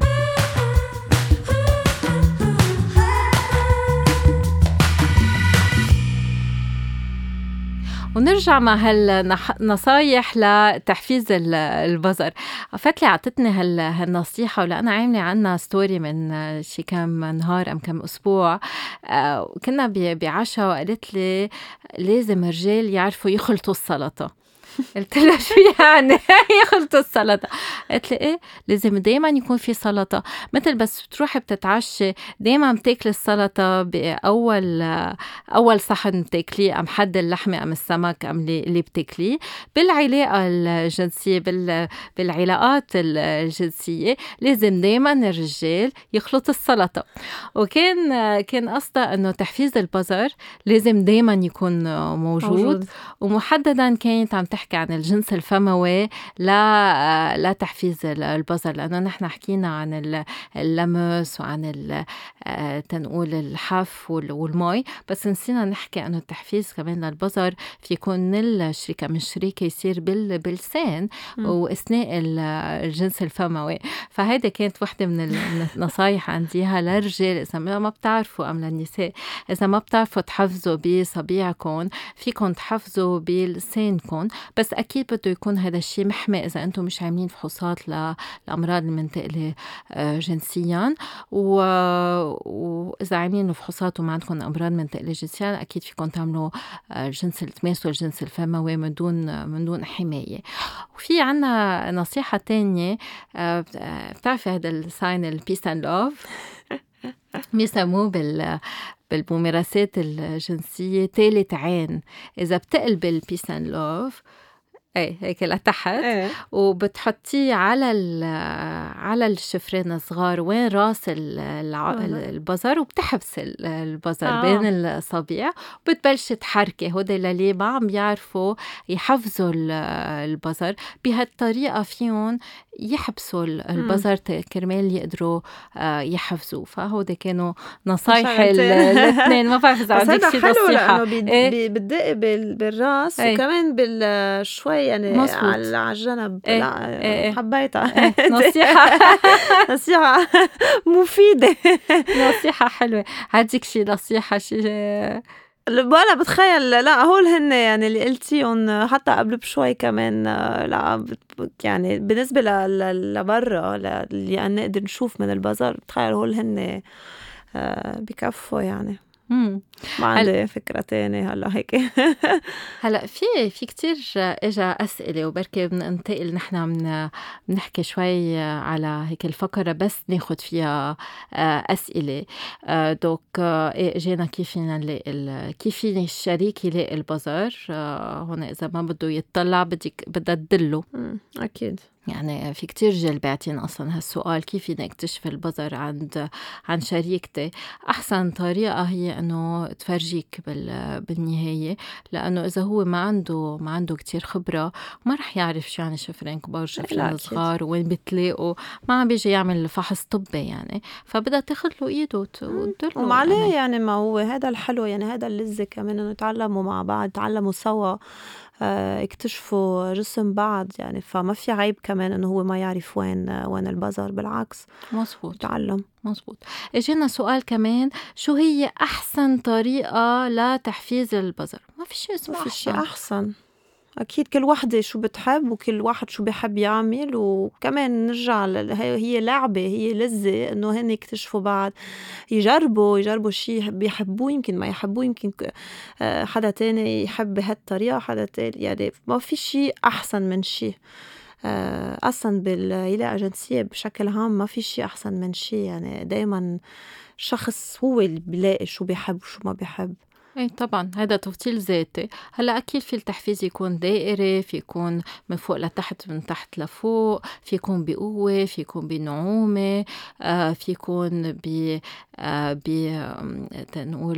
ونرجع مع هالنصايح لتحفيز البظر. فتلي عطتني هالنصيحة ولأنا عاملة عنها ستوري من شي كم نهار أم كم أسبوع. كنا بعشاء وقالت لي لازم الرجال يعرفوا يخلطوا السلطة. قلت لها شو يعني يخلطوا السلطة؟ قلت لي ايه لازم دايما يكون في سلطة، مثل بس بتروحي بتتعشي دايما بتاكلي السلطة بأول أول صحن بتاكليه، أم حد اللحمة أم السمك أم اللي بتاكليه. بالعلاقة الجنسية بال... بالعلاقات الجنسية لازم دايما الرجال يخلط السلطة. وكان كان قصدها إنه تحفيز البظر لازم دايما يكون موجود, موجود. ومحددا كانت عم تحكي عن الجنس الفموي لا لا تحفيز البظر، لأنه نحن حكينا عن اللمس وعن تنقول الحف والمي، بس نسينا نحكي أنه التحفيز كمان للبظر في يكون من الشركة من الشريكة يصير باللسان وأثناء الجنس الفموي. فهيدا كانت واحدة من النصايح عنديها للرجال إذا ما بتعرفوا أم للنساء، إذا ما بتعرفوا تحفزوا بصبيعكم فيكم تحفزوا بلسانكم، بس أكيد بده يكون هذا الشيء محمي إذا أنتم مش عاملين فحوصات للأمراض المنتقلة جنسيا، وإذا عاملين فحوصات وما عندكم أمراض منتقلة جنسيا أكيد فيكم تعملوا الجنس تمارسوا الجنس الفموي من دون من دون حماية. وفي عنا نصيحة تانية، بتعرفي هذا الساين البيس اند لوف بيسموه بال بالممارسات الجنسية ثالث عين. إذا بتقلب البيس اند لوف ايه هيك لتحت ايه. وبتحطيه على على الشفرين الصغار وين راس البظر، وبتحبس البظر آه. بين الصابع وبتبلش تحركي. هودي اللي ما عم بيعرفوا يحفزوا البظر بهالطريقة فيهم يحبسوا البظر كرمال يقدروا يحفزوا. فهودي كانوا نصايح الاثنين. ما بعرف اذا عندك شي نصيحة. ايه بتدق بالراس ايه. وكمان بالشوي يعني مصبوط. على الجنب ايه. لا ايه. حبيتها ايه. نصيحة نصيحة مفيدة نصيحة حلوة. عندك شي نصيحة شي ولا بتخيل؟ لا هول هن يعني اللي قلتيهم حتى قبل بشوي كمان. لا يعني بالنسبة لبرا اللي أن نقدر نشوف من البظر بتخيل هول هن بكفوا يعني. مم. ما عندي هل... فكرة تانية هلا هيك. هلا في في كتير اجا أسئلة وبركي بننتقل نحن من بنحكي شوي على هيك الفقرة بس ناخد فيها أسئلة. دوك ايه اجينا كيف فينا نلاقي كيف فيني الشريك يلاقي البظر هون إذا ما بده يتطلع بدك بدها تدله. أكيد يعني في كتير رجال بعتين أصلا هالسؤال كيف نكتشف البظر عند عن شريكتي. أحسن طريقة هي إنه تفرجيك بال بالنهاية، لأنه إذا هو ما عنده ما عنده كتير خبرة ما رح يعرف شو يعني شفرين كبار شفرين صغار وين بتلاقوا، ما عم بيجي يعمل فحص طبي يعني، فبدها تاخد له إيده وتدله. وما عليه يعني ما هو هذا الحلو يعني هذا اللذة كمان إنه يتعلموا مع بعض، يتعلموا سوا، اكتشفوا جسم بعض يعني. فما في عيب كمان انه هو ما يعرف وين وين البظر، بالعكس مظبوط تعلم. مظبوط. اجينا سؤال كمان، شو هي احسن طريقة لتحفيز البظر؟ ما في شيء اسمه ما في شيء احسن، أكيد كل واحدة شو بتحب وكل واحد شو بيحب يعمل. وكمان نرجع هي لعبة، هي لذة إنه هن يكتشفوا بعض، يجربوا يجربوا شيء بيحبوه يمكن ما يحبوه، يمكن حدا تاني يحب هالطريقة حدا تاني يعني. ما في شيء أحسن من شيء أصلا بالعلاقة الجنسية بشكل عام، ما في شيء أحسن من شيء يعني. دايما شخص هو اللي بيلاقي شو بيحب وشو ما بيحب. ايه طبعا هذا تفضيل ذاتي. هلا اكيد في التحفيز يكون دائري، في يكون من فوق لتحت من تحت لفوق، في يكون بقوه، في يكون بنعومه، آه في يكون ب آه ب تنقول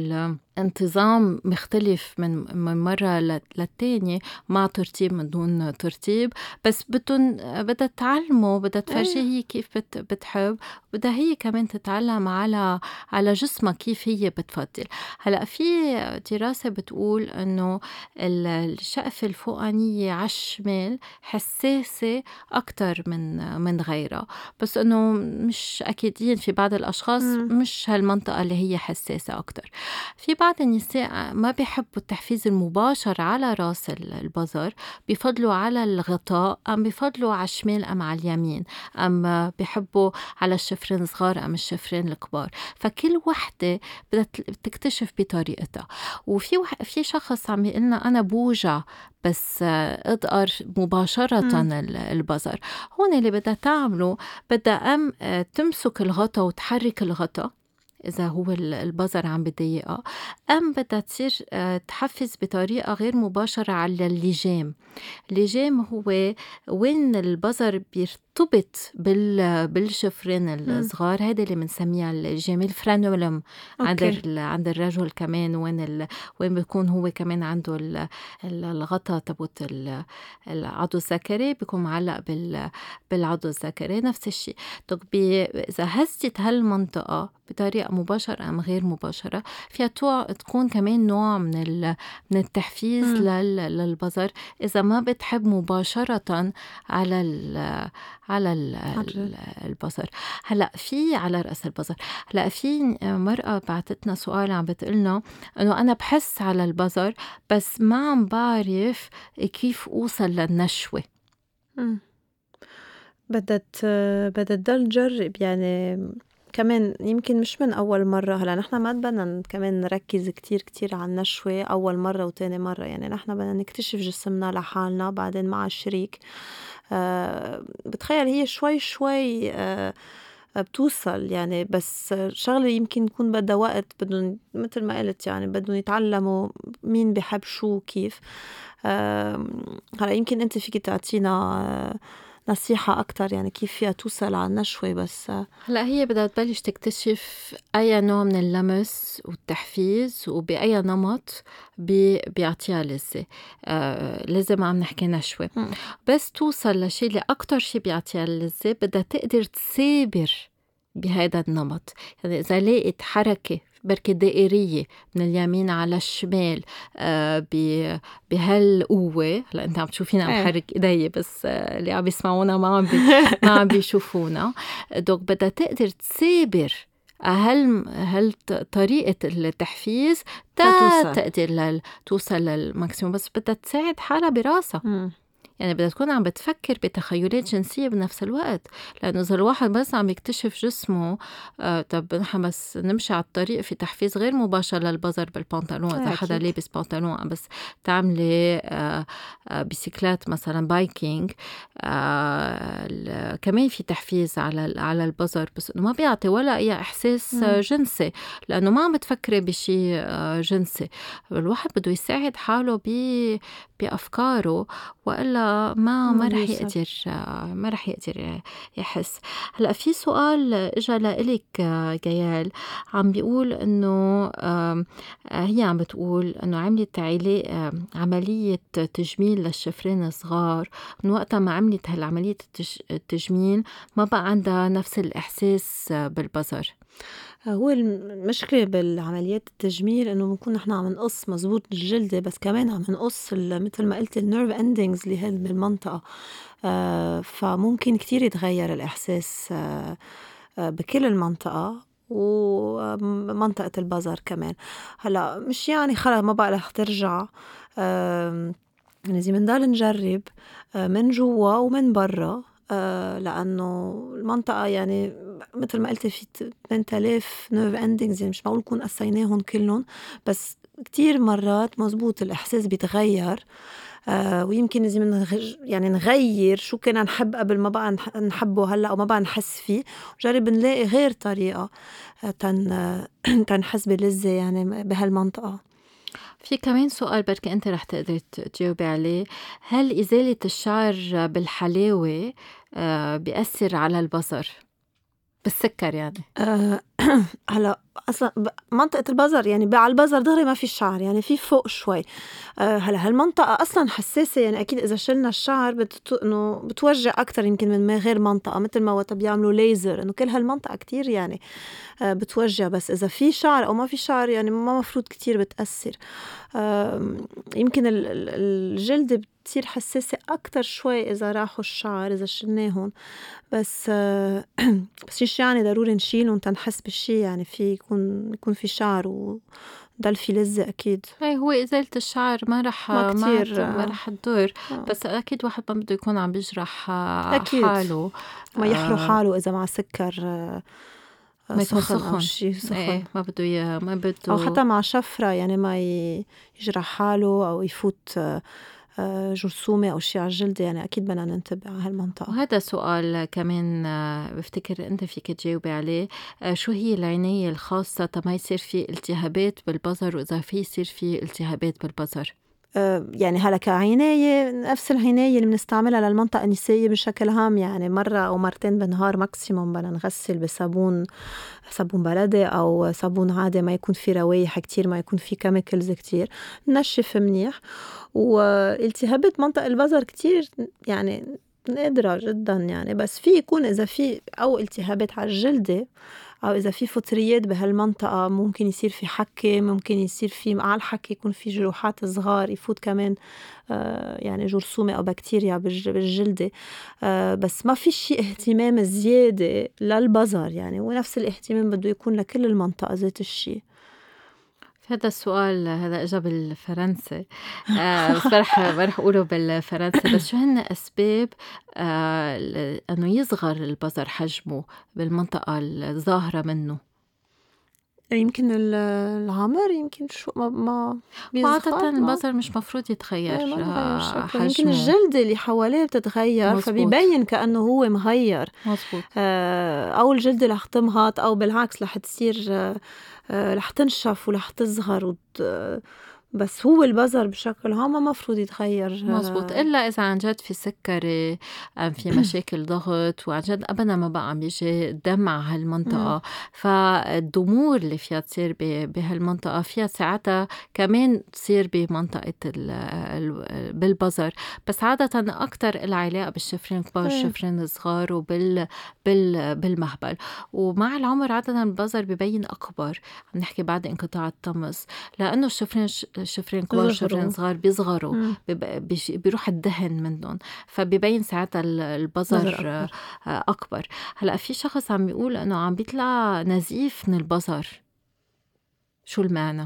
انتظام مختلف من من مرة للتانية، مع ترتيب من دون ترتيب، بس بدهم بدها تعلمه، بدها تفرجيه هي كيف بت بتحب، بدها هي كمان تتعلم على على جسمها كيف هي بتفضل. هلا في دراسة بتقول إنه الشقفة الفوقانية على الشمال حساسة أكتر من من غيرها، بس إنه مش أكيدين، في بعض الأشخاص مم. مش هالمنطقة اللي هي حساسة أكتر. في بعض النساء ما بيحبوا التحفيز المباشر على راس البظر، بيفضلوا على الغطاء، أم بيفضلوا على الشمال أم على اليمين، أم بيحبوا على الشفرين صغار أم الشفرين الكبار. فكل وحدة بدها تكتشف بطريقتها. وفي وح... في شخص عم يقولنا أنا بوجع بس اضقر مباشرة مم. البظر. هون اللي بدها تعمله، بدها أم تمسك الغطاء وتحرك الغطاء إذا هو البظر عم بضايقها، أم بدها تصير تحفز بطريقة غير مباشرة على اللجام. اللجام هو وين البظر بيرتبط بال بالشفرين الصغار، هذا اللي بنسميها اللجام الفرانولم عند أوكي. عند الرجل كمان، وين ال... وين بيكون هو كمان عنده ال... الغطاء تبوت العضو الذكري بيكون معلق بال... بالعضو الذكري نفس الشيء. طب بي... إذا هزت هالمنطقة بطريقة مباشرة أم غير مباشرة، فيها تكون كمان نوع من ال... من التحفيز لل... للبظر إذا ما بتحب مباشرة على ال على ال البظر. هلا في على رأس البظر، هلا في مرأة بعتتنا سؤال عم بتقلنا إنه أنا بحس على البظر بس ما عم بعرف كيف أوصل للنشوة. مم. بدت بدها تضل تجرب يعني كمان، يمكن مش من أول مرة. هلا نحنا ما بدنا كمان نركز كتير كتير على النشوة أول مرة وتاني مرة، يعني نحنا بدنا نكتشف جسمنا لحالنا بعدين مع الشريك. أه بتخيل هي شوي شوي أه بتوصل يعني، بس شغلة يمكن يكون بدها وقت، بدهم مثل ما قلت يعني بدهم يتعلموا مين بحب شو كيف. أه هلا يمكن أنت فيك تعطينا أه نصيحة أكتر يعني كيف فيها توصل على النشوة. بس هلا هي بدها تبلش تكتشف أي نوع من اللمس والتحفيز وبأي نمط بي بيعطيها لذة. آه لازم عم نحكي نشوة. م. بس توصل لشي اللي أكتر شي بيعطيها اللذة، بدها تقدر تسابر بهذا النمط. يعني إذا لقيت حركة بركة دائرية من اليمين على الشمال آه بهالقوة، هلا أنت عم تشوفينا عم حرك إيدي بس آه اللي عم بيسمعونا ما عم بي ما عم بيشوفونا. دوك بدها تقدر تسابر هل هل طريقة التحفيز تا تقدر توصل للماكسيموم، بس بدها تساعد حالها براسها. م. يعني بدها تكون عم بتفكر بتخيلات جنسية بنفس الوقت، لأنه إذا الواحد بس عم يكتشف جسمه آه طب نحن بس نمشي على الطريق في تحفيز غير مباشر للبظر بالبنطلون. إذا حدا لابس بنطلون بس تعملي آه آه بيسيكلات مثلا بايكينج، آه كمان في تحفيز على على البظر، بس إنه ما بيعطي ولا أي إحساس آه جنسي، لأنه ما عم بتفكري بشي آه جنسي. الواحد بده يساعد حاله ب بأفكاره، وإلا ما ما رح يقدر ما رح يقدر يحس. هلا في سؤال اجى لإلك جيال، عم بيقول إنه هي عم بتقول إنه عملت عملية تجميل للشفرين الصغار، من وقتها ما عملت هالعملية التجميل ما بقى عندها نفس الإحساس بالبظر. هو المشكلة بالعمليات التجميل إنه بنكون نحن عم نقص مزبوط الجلدة، بس كمان عم نقص مثل ما قلت النيرف اندينجز اللي هي بالمنطقة. آه فممكن كتير يتغير الإحساس آه آه بكل المنطقة ومنطقة البظر كمان. هلا مش يعني خلاص ما بقى رح ترجع، آه لازم نضل نجرب آه من جوا ومن برا، آه لأنه المنطقة يعني مثل ما قلت في ثمانية آلاف نيرف اندينجز، يعني مش معقول نكون قصيناهم كلهم، بس كتير مرات مزبوط الإحساس بيتغير. آه ويمكن لازم نغ... يعني نغير شو كنا نحب قبل ما بقى نحبه هلأ، أو ما بقى نحس فيه، وجرب نلاقي غير طريقة آه تن... آه تنحس بلذة يعني بهالمنطقة. في كمان سؤال بركي أنت رح تقدر تجاوبي عليه، هل إزالة الشعر بالحلاوة آه بيأثر على البصر بالسكر يعني؟ آه هلا اصلا ب- منطقه البظر يعني ب- على البظر دغري ما في شعر، يعني في فوق شوي. آه، هلا هالمنطقه اصلا حساسه، يعني اكيد اذا شلنا الشعر بتت... انه بتوجع اكثر يمكن من ما غير منطقه، مثل ما وقت بيعملوا ليزر انه كل هالمنطقه كتير يعني آه، بتوجع. بس اذا في شعر او ما في شعر يعني ما مفروض كتير بتاثر. آم، يمكن ال- ال- الجلد بتصير حساسة أكتر شوي إذا راحوا الشعر، إذا شلناهم. بس آه، بس مش يعني ضروري نشيلهم تنحس بالشي، يعني في يكون يكون في شعر وضل في لزة أكيد. ايه، هو إزالة الشعر ما رح ما ما كتير عت- ما آه، رح تضر. آه، بس أكيد واحد ما بده يكون عم بيجرح آه، أكيد حاله. ما يحرق آه، حاله إذا مع سكر آه، آه، ما يكون سخن أو سخن. شي سخن، ايه، ما بده ي- ما أو بده. حتى مع شفرة يعني ما ي- يجرح حاله أو يفوت آه، آه، جرثومة أو شي على الجلد. يعني أكيد بدنا ننتبه على هالمنطقة. وهذا سؤال كمان آه، بفتكر أنت فيك تجاوبي عليه. آه، شو هي العناية الخاصة ما يصير في التهابات بالبظر، وإذا في يصير في التهابات بالبظر؟ آه، يعني هلا كعناية نفس العناية اللي بنستعملها للمنطقة النسائية بشكل عام، يعني مرة أو مرتين بالنهار ماكسيموم بدنا نغسل بصابون صابون بلدي أو صابون عادي، ما يكون في روايح كتير، ما يكون في كيميكلز كتير، ننشف منيح. والتهابات منطقة البظر كتير يعني نادرة جدا يعني، بس في يكون إذا في أو التهابات على الجلدة أو إذا في فطريات بهالمنطقة ممكن يصير في حكة، ممكن يصير في مع الحكة يكون في جروحات صغار، يفوت كمان آه، يعني جرثومة أو بكتيريا بالج- بالجلدة. آه، بس ما في شيء اهتمام زيادة للبظر يعني، ونفس الاهتمام بده يكون لكل المنطقة ذات الشيء. هذا السؤال هذا إجا بالفرنسي. آه بس ما رح ما رح أقوله بالفرنسي. بس شو هن أسباب آه ل- إنه يصغر البظر حجمه بالمنطقة الظاهرة منه؟ يمكن ال- العمر، يمكن شو ما, ما وعادة بيصغر ما البظر مش مفروض إيه، يتغير ما بغير آه شكله، يمكن حجمه. الجلد اللي حواليه بتتغير مزبوط، فبيبين كأنه هو مغير. مزبوط. آه، أو الجلد رح تمهط أو بالعكس رح تصير آه، آه، رح تنشف ورح تصغر وت... آه، بس هو البظر بشكل عام ما مفروض يتغير. مزبوط، آه، إلا إذا عن جد في سكري، أم في مشاكل ضغط، وعن جد أبدا ما بقى عم يجي دم على مم. هالمنطقة. فالضمور اللي فيها تصير ب- بهالمنطقة فيها ساعتها كمان تصير بمنطقة ال- ال- بالبظر. بس عادة أكتر العلاقة بالشفرين الكبار إيه. والشفرين الصغار وبال بال بالمهبل. ومع العمر عادة البظر ببين أكبر، عم نحكي بعد انقطاع الطمس، لأنه الشفرين الشفرين كبار والشفرين صغروا. صغار بيصغروا، مم. بيب- بيش- بيروح الدهن منهم، فبيبين ساعتها ال- البظر بظر آه، أكبر. آه، أكبر. هلأ في شخص عم بيقول إنه عم بيطلع نزيف من البظر. شو المعنى؟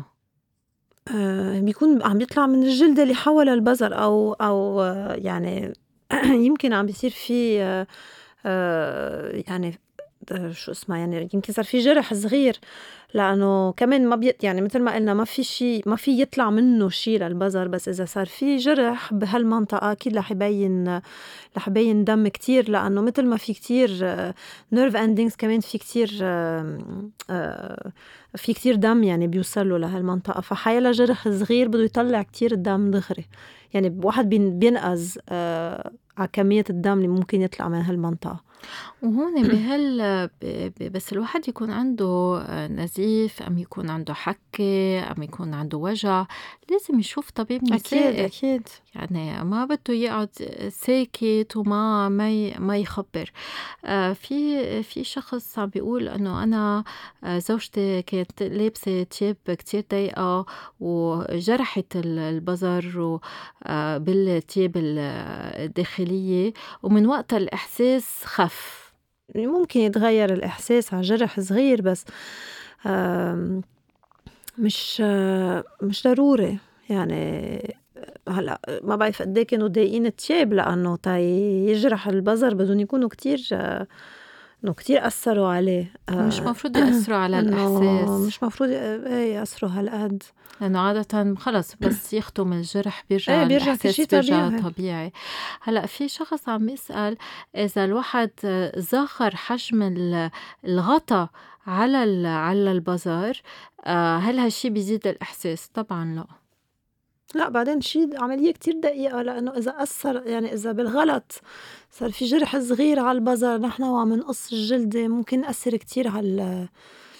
آه، بيكون عم بيطلع من الجلد اللي حول البظر أو أو آه، يعني يمكن عم بيصير في آه، آه، يعني آه، شو اسمها، يعني يمكن صار في جرح صغير، لأنه كمان ما بيت يعني مثل ما قلنا ما في شيء، ما في يطلع منه شيء للبظر، بس إذا صار في جرح بهالمنطقة أكيد رح يبين رح يبين دم كتير، لأنه مثل ما في كتير نيرف اندينجز كمان في كتير آه، آه، في كتير دم يعني بيوصل له لهالمنطقة، فحيلا جرح صغير بده يطلع كتير دم دغري. يعني واحد بين- بينقذ آه، على كمية الدم اللي ممكن يطلع من هالمنطقة. وهون بهال ب- ب- بس الواحد يكون عنده آه، نزيف، أم يكون عنده حكة، أم يكون عنده وجع، لازم يشوف طبيب أكيد نسائي. أكيد. يعني ما بده يقعد ساكت وما ما ي- ما يخبر. آه، في في شخص عم بيقول انه انا آه، زوجتي كانت لابسه تياب كتير ضيقه وجرحت ال- البظر و- آه، بالتياب ال- الداخليه، ومن وقتها الاحساس خف. ممكن يتغير الإحساس على جرح صغير، بس آم، مش آه، مش ضروري يعني. هلا ما بعرف قد ايه كانوا ضايقين التياب، لانه تا يجرح البظر بدهم يكونوا كتير آه، انه كتير اثروا عليه. مش آه، مفروض يأثروا على انه الإحساس، مش مفروض ايه يأثروا هالقد. لأنه عادة خلص بس يختم الجرح ايه بيرجع بيرجع كل شي الإحساس بيرجع طبيعي. طبيعي. هلأ في شخص عم يسأل إذا الواحد زاخر حجم ال- الغطا على ال- على البظر، آه، هل هالشي بيزيد الإحساس؟ طبعا لا. لا بعدين شي عملية كتير دقيقة، لأنه إذا أثر يعني إذا بالغلط صار في جرح صغير على البظر نحن وعم نقص الجلدة ممكن يأثر كتير على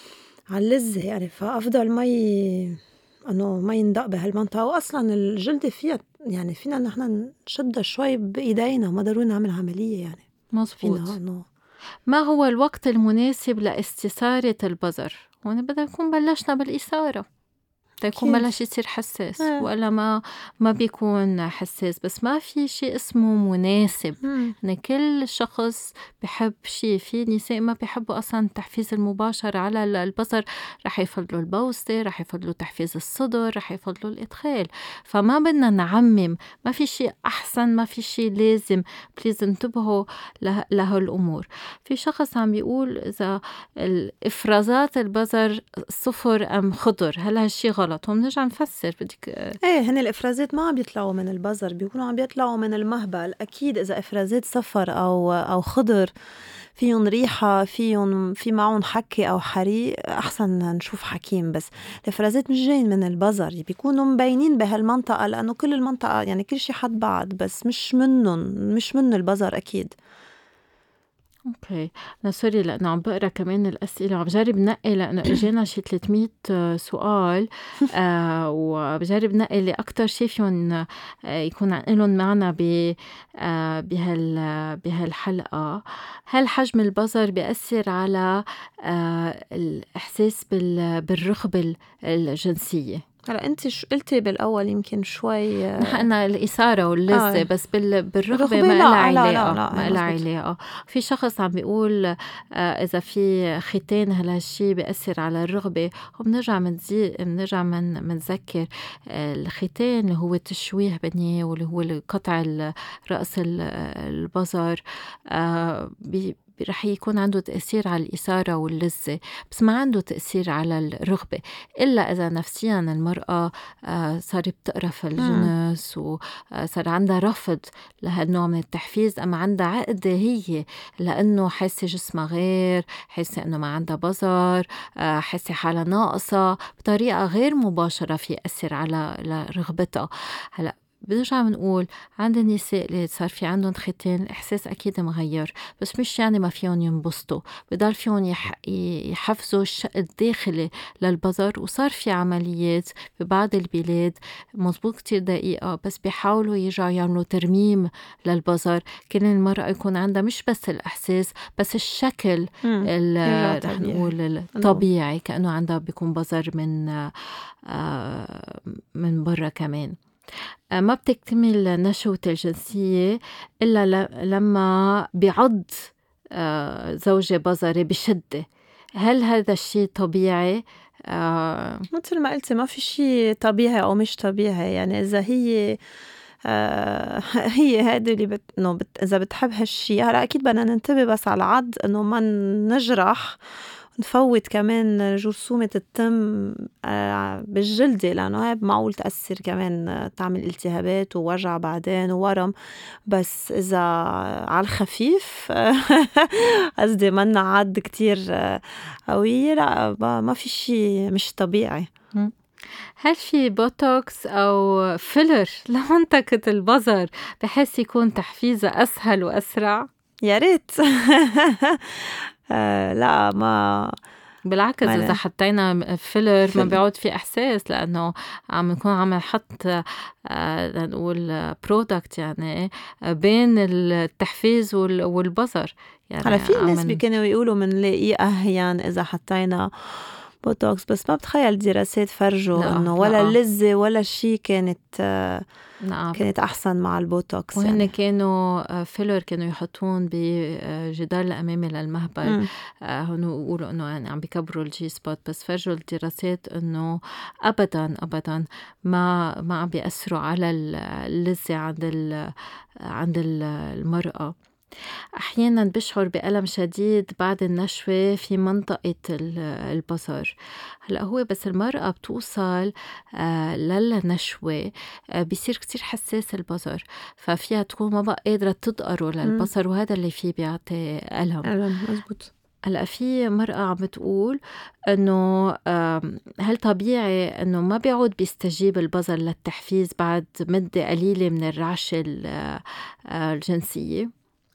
على اللذة يعني. فأفضل ما ي... إنه ما يندق بهالمنطقة. وأصلا الجلدة فيها يعني فينا نحن نشدها شوي بإيدينا، ما ضروري نعمل عملية يعني. فينا مظبوط. إنه ما هو الوقت المناسب لاستثارة البظر؟ هون بدنا نكون بلشنا بالإثارة، تيكون أكيد. بلش يصير حساس، إيه. ولا ما ما بيكون حساس. بس ما في شيء اسمه مناسب. مم. يعني كل شخص بحب شيء. في نساء ما بيحبوا أصلا التحفيز المباشر على ال- البصر، رح يفضلوا البوسة، رح يفضلوا تحفيز الصدر، رح يفضلوا الإدخال. فما بدنا نعمم، ما في شيء أحسن، ما في شيء لازم. بليز انتبهوا له- لهالأمور. في شخص عم بيقول إذا الإفرازات البصر صفر أم خضر، هل هالشي غلط؟ هم نرجع نفسر. بدك ايه، هن الافرازات ما عم بيطلعوا من البزر، بيكونوا عم بيطلعوا من المهبل. اكيد اذا افرازات صفر او او خضر فيهم ريحه، فيهم في معهم حكي او حريق، احسن نشوف حكيم. بس الافرازات مش جايين من البزر، بيكونوا مبينين بهالمنطقه لانه كل المنطقه يعني كل شيء حد بعض، بس مش منهم، مش من البزر اكيد. اوكي. انا سوري لانه عم بقرا كمان الاسئله وعم بجرب نقي، لانه اجانا شي ثلاثمية سؤال. آه وبجرب نقي اللي اكثر شيء فيهم آه يكون لهم معنا ب آه بهال بهالحلقه. هل حجم البصر بيأثر على آه الاحساس بال بالرغبه الجنسيه؟ هلا انت شو قلتي بالاول؟ يمكن شوي نحن قلنا الإثارة واللذة، اه بس بال... بالرغبة الرغبه. ما إلها لا لا لا علاقة، لا ما ايه إلها مزبوط. علاقة. في شخص عم بيقول آه إذا في ختان هل هالشي بيأثر على الرغبة. وبنرجع منزي... بنرجع من منذكر آه الختان اللي هو تشويه بنية، واللي هو قطع ال- رأس ال- البصر. آه بي... رح يكون عنده تأثير على الإثارة واللذة، بس ما عنده تأثير على الرغبة. إلا إذا نفسيا المرأة آه صار بتقرف الجنس وصار عندها رفض لهالنوع من التحفيز، أما عندها عقدة هي لأنه حاسة جسمها غير، حاسة أنه ما عندها بصر، آه حاسة حالها ناقصة بطريقة غير مباشرة، في أثر على رغبتها. هلأ بنرجع بنقول عند النساء اللي صار في عندهم ختان الإحساس أكيد مغير، بس مش يعني ما فيهم ينبسطوا، بضل فيهم يح... يحفزوا الشق الداخلي للبظر. وصار في عمليات ببعض البلاد مزبوط كتير دقيقة، بس بيحاولوا يرجعوا يعملوا ترميم للبظر، كل المرأة يكون عندها مش بس الإحساس بس الشكل رح نقول الطبيعي، كأنه عندها بيكون بظر من آه من برا كمان. ما بتكتمل نشوة الجنسية إلا لما بيعض زوجة بظري بشدة. هل هذا الشيء طبيعي؟ آه مثل ما قلتي ما في شيء طبيعي أو مش طبيعي. يعني إذا هي آه هي هذا اللي بت... إنه بت... إذا بتحب هالشي، هلا أكيد بدنا ننتبه بس على العض إنه ما نجرح، نفوت كمان جرثومة التم آه بالجلدة، لأنه هاي معقول تأثر كمان، آه تعمل التهابات ووجع بعدين وورم. بس إذا على الخفيف قصدي منا عض كتير آه قوية، لا ما في شي مش طبيعي. هل في بوتوكس أو فيلر لمنطقة البظر بحيث يكون تحفيزها أسهل وأسرع؟ يا ريت. آه لا ما بالعكس، إذا حطينا فيلر ما بيعود في إحساس، لأنه عم نكون عم نحط آه نقول برودكت يعني بين التحفيز والبصر. يعني هلا في ناس كانوا يقولوا منلاقيه أهين إذا حطينا بوتوكس، بس ما بتخيل دراسات فرجوا إنه ولا اللذة ولا شيء كانت آه نعم. كانت أحسن مع البوتوكس. وهن يعني كانوا فيلر كانوا يحطون بجدار الأمامي للمهبل، هون يقولوا إنه يعني عم بيكبروا الجي سبوت، بس فرجوا الدراسات إنه أبدا أبدا ما ما عم بيأثروا على اللذة عند عند المرأة. أحيانا بشعر بألم شديد بعد النشوة في منطقة البصر. هلأ هو بس المرأة بتوصل آه للنشوة آه بيصير كتير حساس البصر، ففيها تكون ما بقى قادرة تدقره للبصر، وهذا اللي فيه بيعطي ألم. ألم مزبوط. هلأ في مرأة عم بتقول إنه هل طبيعي إنه ما بيعود بيستجيب البصر للتحفيز بعد مدة قليلة من الرعشة الجنسية؟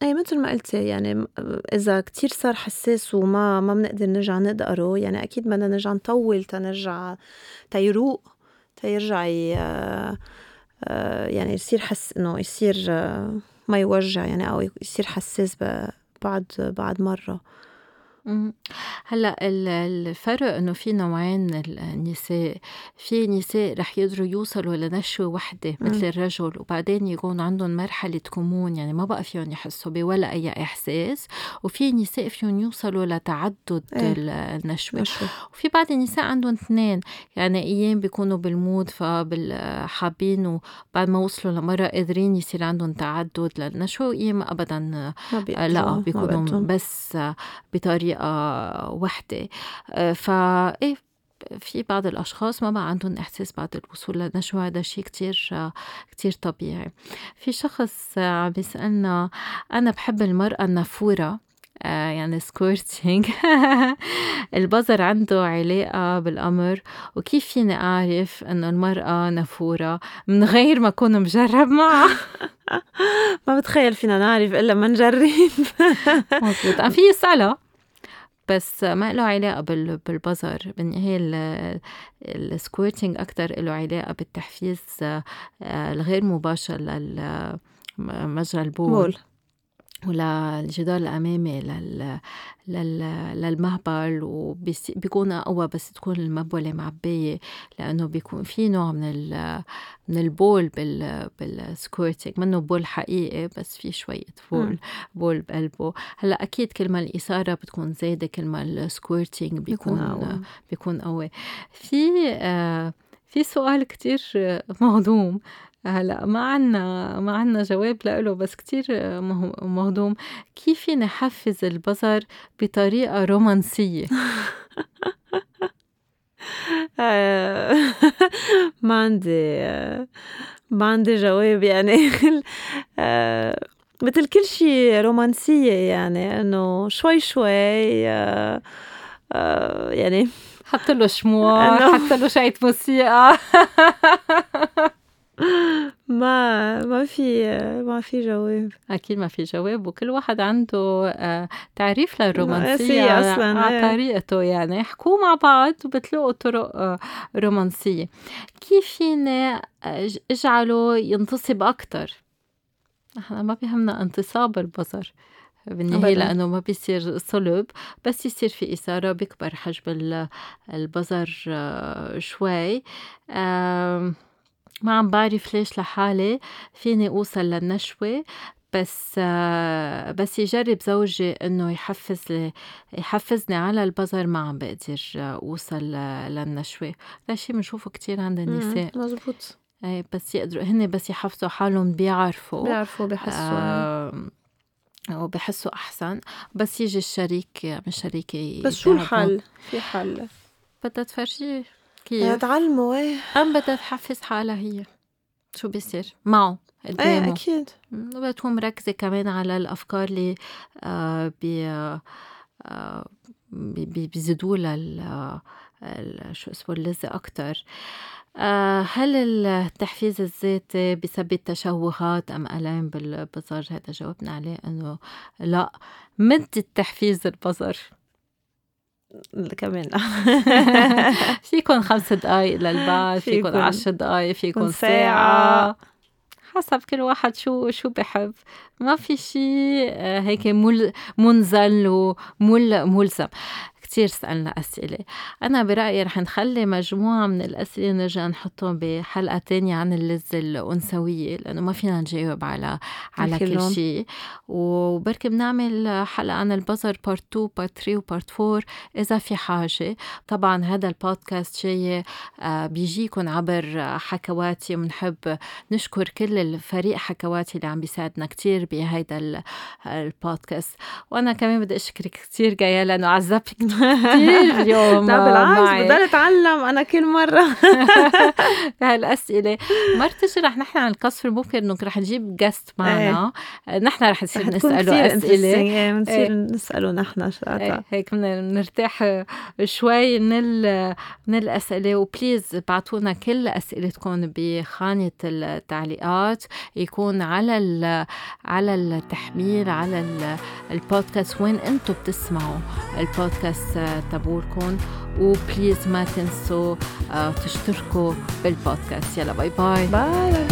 اي مثل ما قلتي يعني م- اذا كتير صار حساس وما ما بنقدر نرجع نقدره، يعني اكيد بدنا نرجع نطول تنرجع تيروق تيرجع ي- آه، آه، يعني يصير حس انه يصير آه، ما يوجع يعني، او يصير حساس ب- بعد بعد مرة. مم. هلا ال- الفرق انه في نوعين من النساء. في نساء رح يقدروا يوصلوا لنشوة وحدة مم. مثل الرجل، وبعدين يكون عندهم مرحلة كمون، يعني ما بقى فيهم يحسوا بولا أي إحساس. وفي نساء فيهم يوصلوا لتعدد ايه ال- النشوة. نشوة. وفي بعض النساء عندهم اثنين، يعني أيام بيكونوا بالمود فبالحابين، وبعد ما وصلوا لمرة قادرين يصير عندهم تعدد للنشوة، وأيام أبدا ما آه، لا بيقدروا ما بيكونوا بدهم. بس آه، بطريقة وحدة. آه، فإيه في بعض الأشخاص ما بقى عندهم إحساس بعد الوصول للنشوة. هذا شيء كتير آه، كتير طبيعي. في شخص آه، عم بيسألنا: أنا بحب المرأة النافورة، آه يعني سكورتينج. البزر عنده علاقة بالأمر، وكيف فيني أعرف إنه المرأة نافورة من غير ما أكون مجرب معها؟ ما بتخيل فينا نعرف الا ما نجرب. مظبوط، أنا في يسألها بس ما له علاقة بال- بالبزر. بالنهاية ال- السكويرتينج أكتر له علاقة بالتحفيز آه، الغير مباشر لمجرى البول بول. وللجدار الأمامي لل... لل... للمهبل، وبيكون أقوى بس تكون المبولة معبية، لأنه بيكون في نوع من ال... من البول بال... بالسكورتينج، منه بول حقيقي بس في شوية بول مم. بول بقلبه. هلا أكيد كل ما الإثارة بتكون زايدة كل ما السكورتينج بيكون بيكون أقوى. بيكون قوي. في آه في سؤال كتير مهضوم، هلا ما عنا ما عنا جواب له، بس كتير مه- مهضوم: كيف نحفز البصر بطريقة رومانسية؟ آه، ما عندي ما عندي جواب يعني. آه، مثل كل شيء رومانسية، يعني إنه شوي شوي آه، آه، يعني حط له شموع، إنه حط له شوية موسيقى. ما ما في ما في جواب. أكيد ما في جواب، وكل واحد عنده آه، تعريف إنه للرومانسية قاسية أصلاً. على إيه. طريقته. يعني احكوا مع بعض وبتلاقوا طرق آه، رومانسية. كيف فيني أج- أجعله ينتصب أكتر؟ احنا ما بيهمنا انتصاب البصر بالنهاية، أبداً. لأنه ما بيصير صلب، بس يصير في إثارة، بيكبر حجم ال- البصر آه، شوي. آم، ما عم بعرف ليش لحالي فيني أوصل للنشوة، بس آه، بس يجرب زوجي إنه يحفز لي يحفزني على البصر، ما عم بقدر آه، أوصل ل- للنشوة. هذا شيء بنشوفه كتير عند مم، النساء. مزبوط. أي بس يقدروا هن بس يحفزوا حالهم بيعرفوا بيعرفوا بيحسوا. إيه. آه وبحسوا أحسن. بس يجي الشريك من شريكي بس شو يتعبهم، الحل؟ في حل؟ بدها تفرجيه بدها كيف، تعلموا. إيه. أم بدها تحفز حالها هي. شو بيصير معه إيه قدامه؟ أكيد. مم، وبدها تكون مركزة كمان على الأفكار اللي آه بي آه بي- بي- بيزيدوا لل آه، ال- شو اسمه اللذة أكتر. آه هل التحفيز الذاتي بيسبب تشوهات أم آلام بالبصر؟ هذا جاوبنا عليه إنه لا. مد التحفيز البصر كمان فيكن خمس دقايق للبعض، فيكن فيكن عشر دقايق، فيكن كن ساعة، ساعة. حسب كل واحد شو شو بحب. ما في شيء آه، هيك مل منزل ومل ملزم. كتير سألنا أسئلة. أنا برأيي رح نخلي مجموعة من الأسئلة نرجع نحطهم بحلقة تانية عن اللذة الأنثوية، لأنه ما فينا نجاوب على على كل كلهم. شيء. وبركي بنعمل حلقة عن البصر بارت تو بارت ثري وبارت فور إذا في حاجة. طبعا هذا البودكاست جاي آه، بيجيكم عبر حكواتي، ومنحب نشكر كل الفريق حكواتي اللي عم بيساعدنا كتير بهيدا ال- البودكاست. وأنا كمان بدي أشكرك كتير جاية، لأنه عذبتك كتير اليوم لا بالعكس معي بضل اتعلم انا كل مره هالأسئلة. مرتجي رح نحن عن القصف ممكن انه رح نجيب جست معنا نحن رح نصير نسأله أسئلة بنصير نسأله نحن شغلات هيك بنرتاح شوي من ال من الأسئلة. وبليز بعتونا كل أسئلتكم بخانة التعليقات، يكون على ال على التحميل على ال البودكاست وين انتم بتسمعوا البودكاست تبعولكم. وبليز ما تنسوا تشتركوا بالبودكاست. يلا باي باي باي.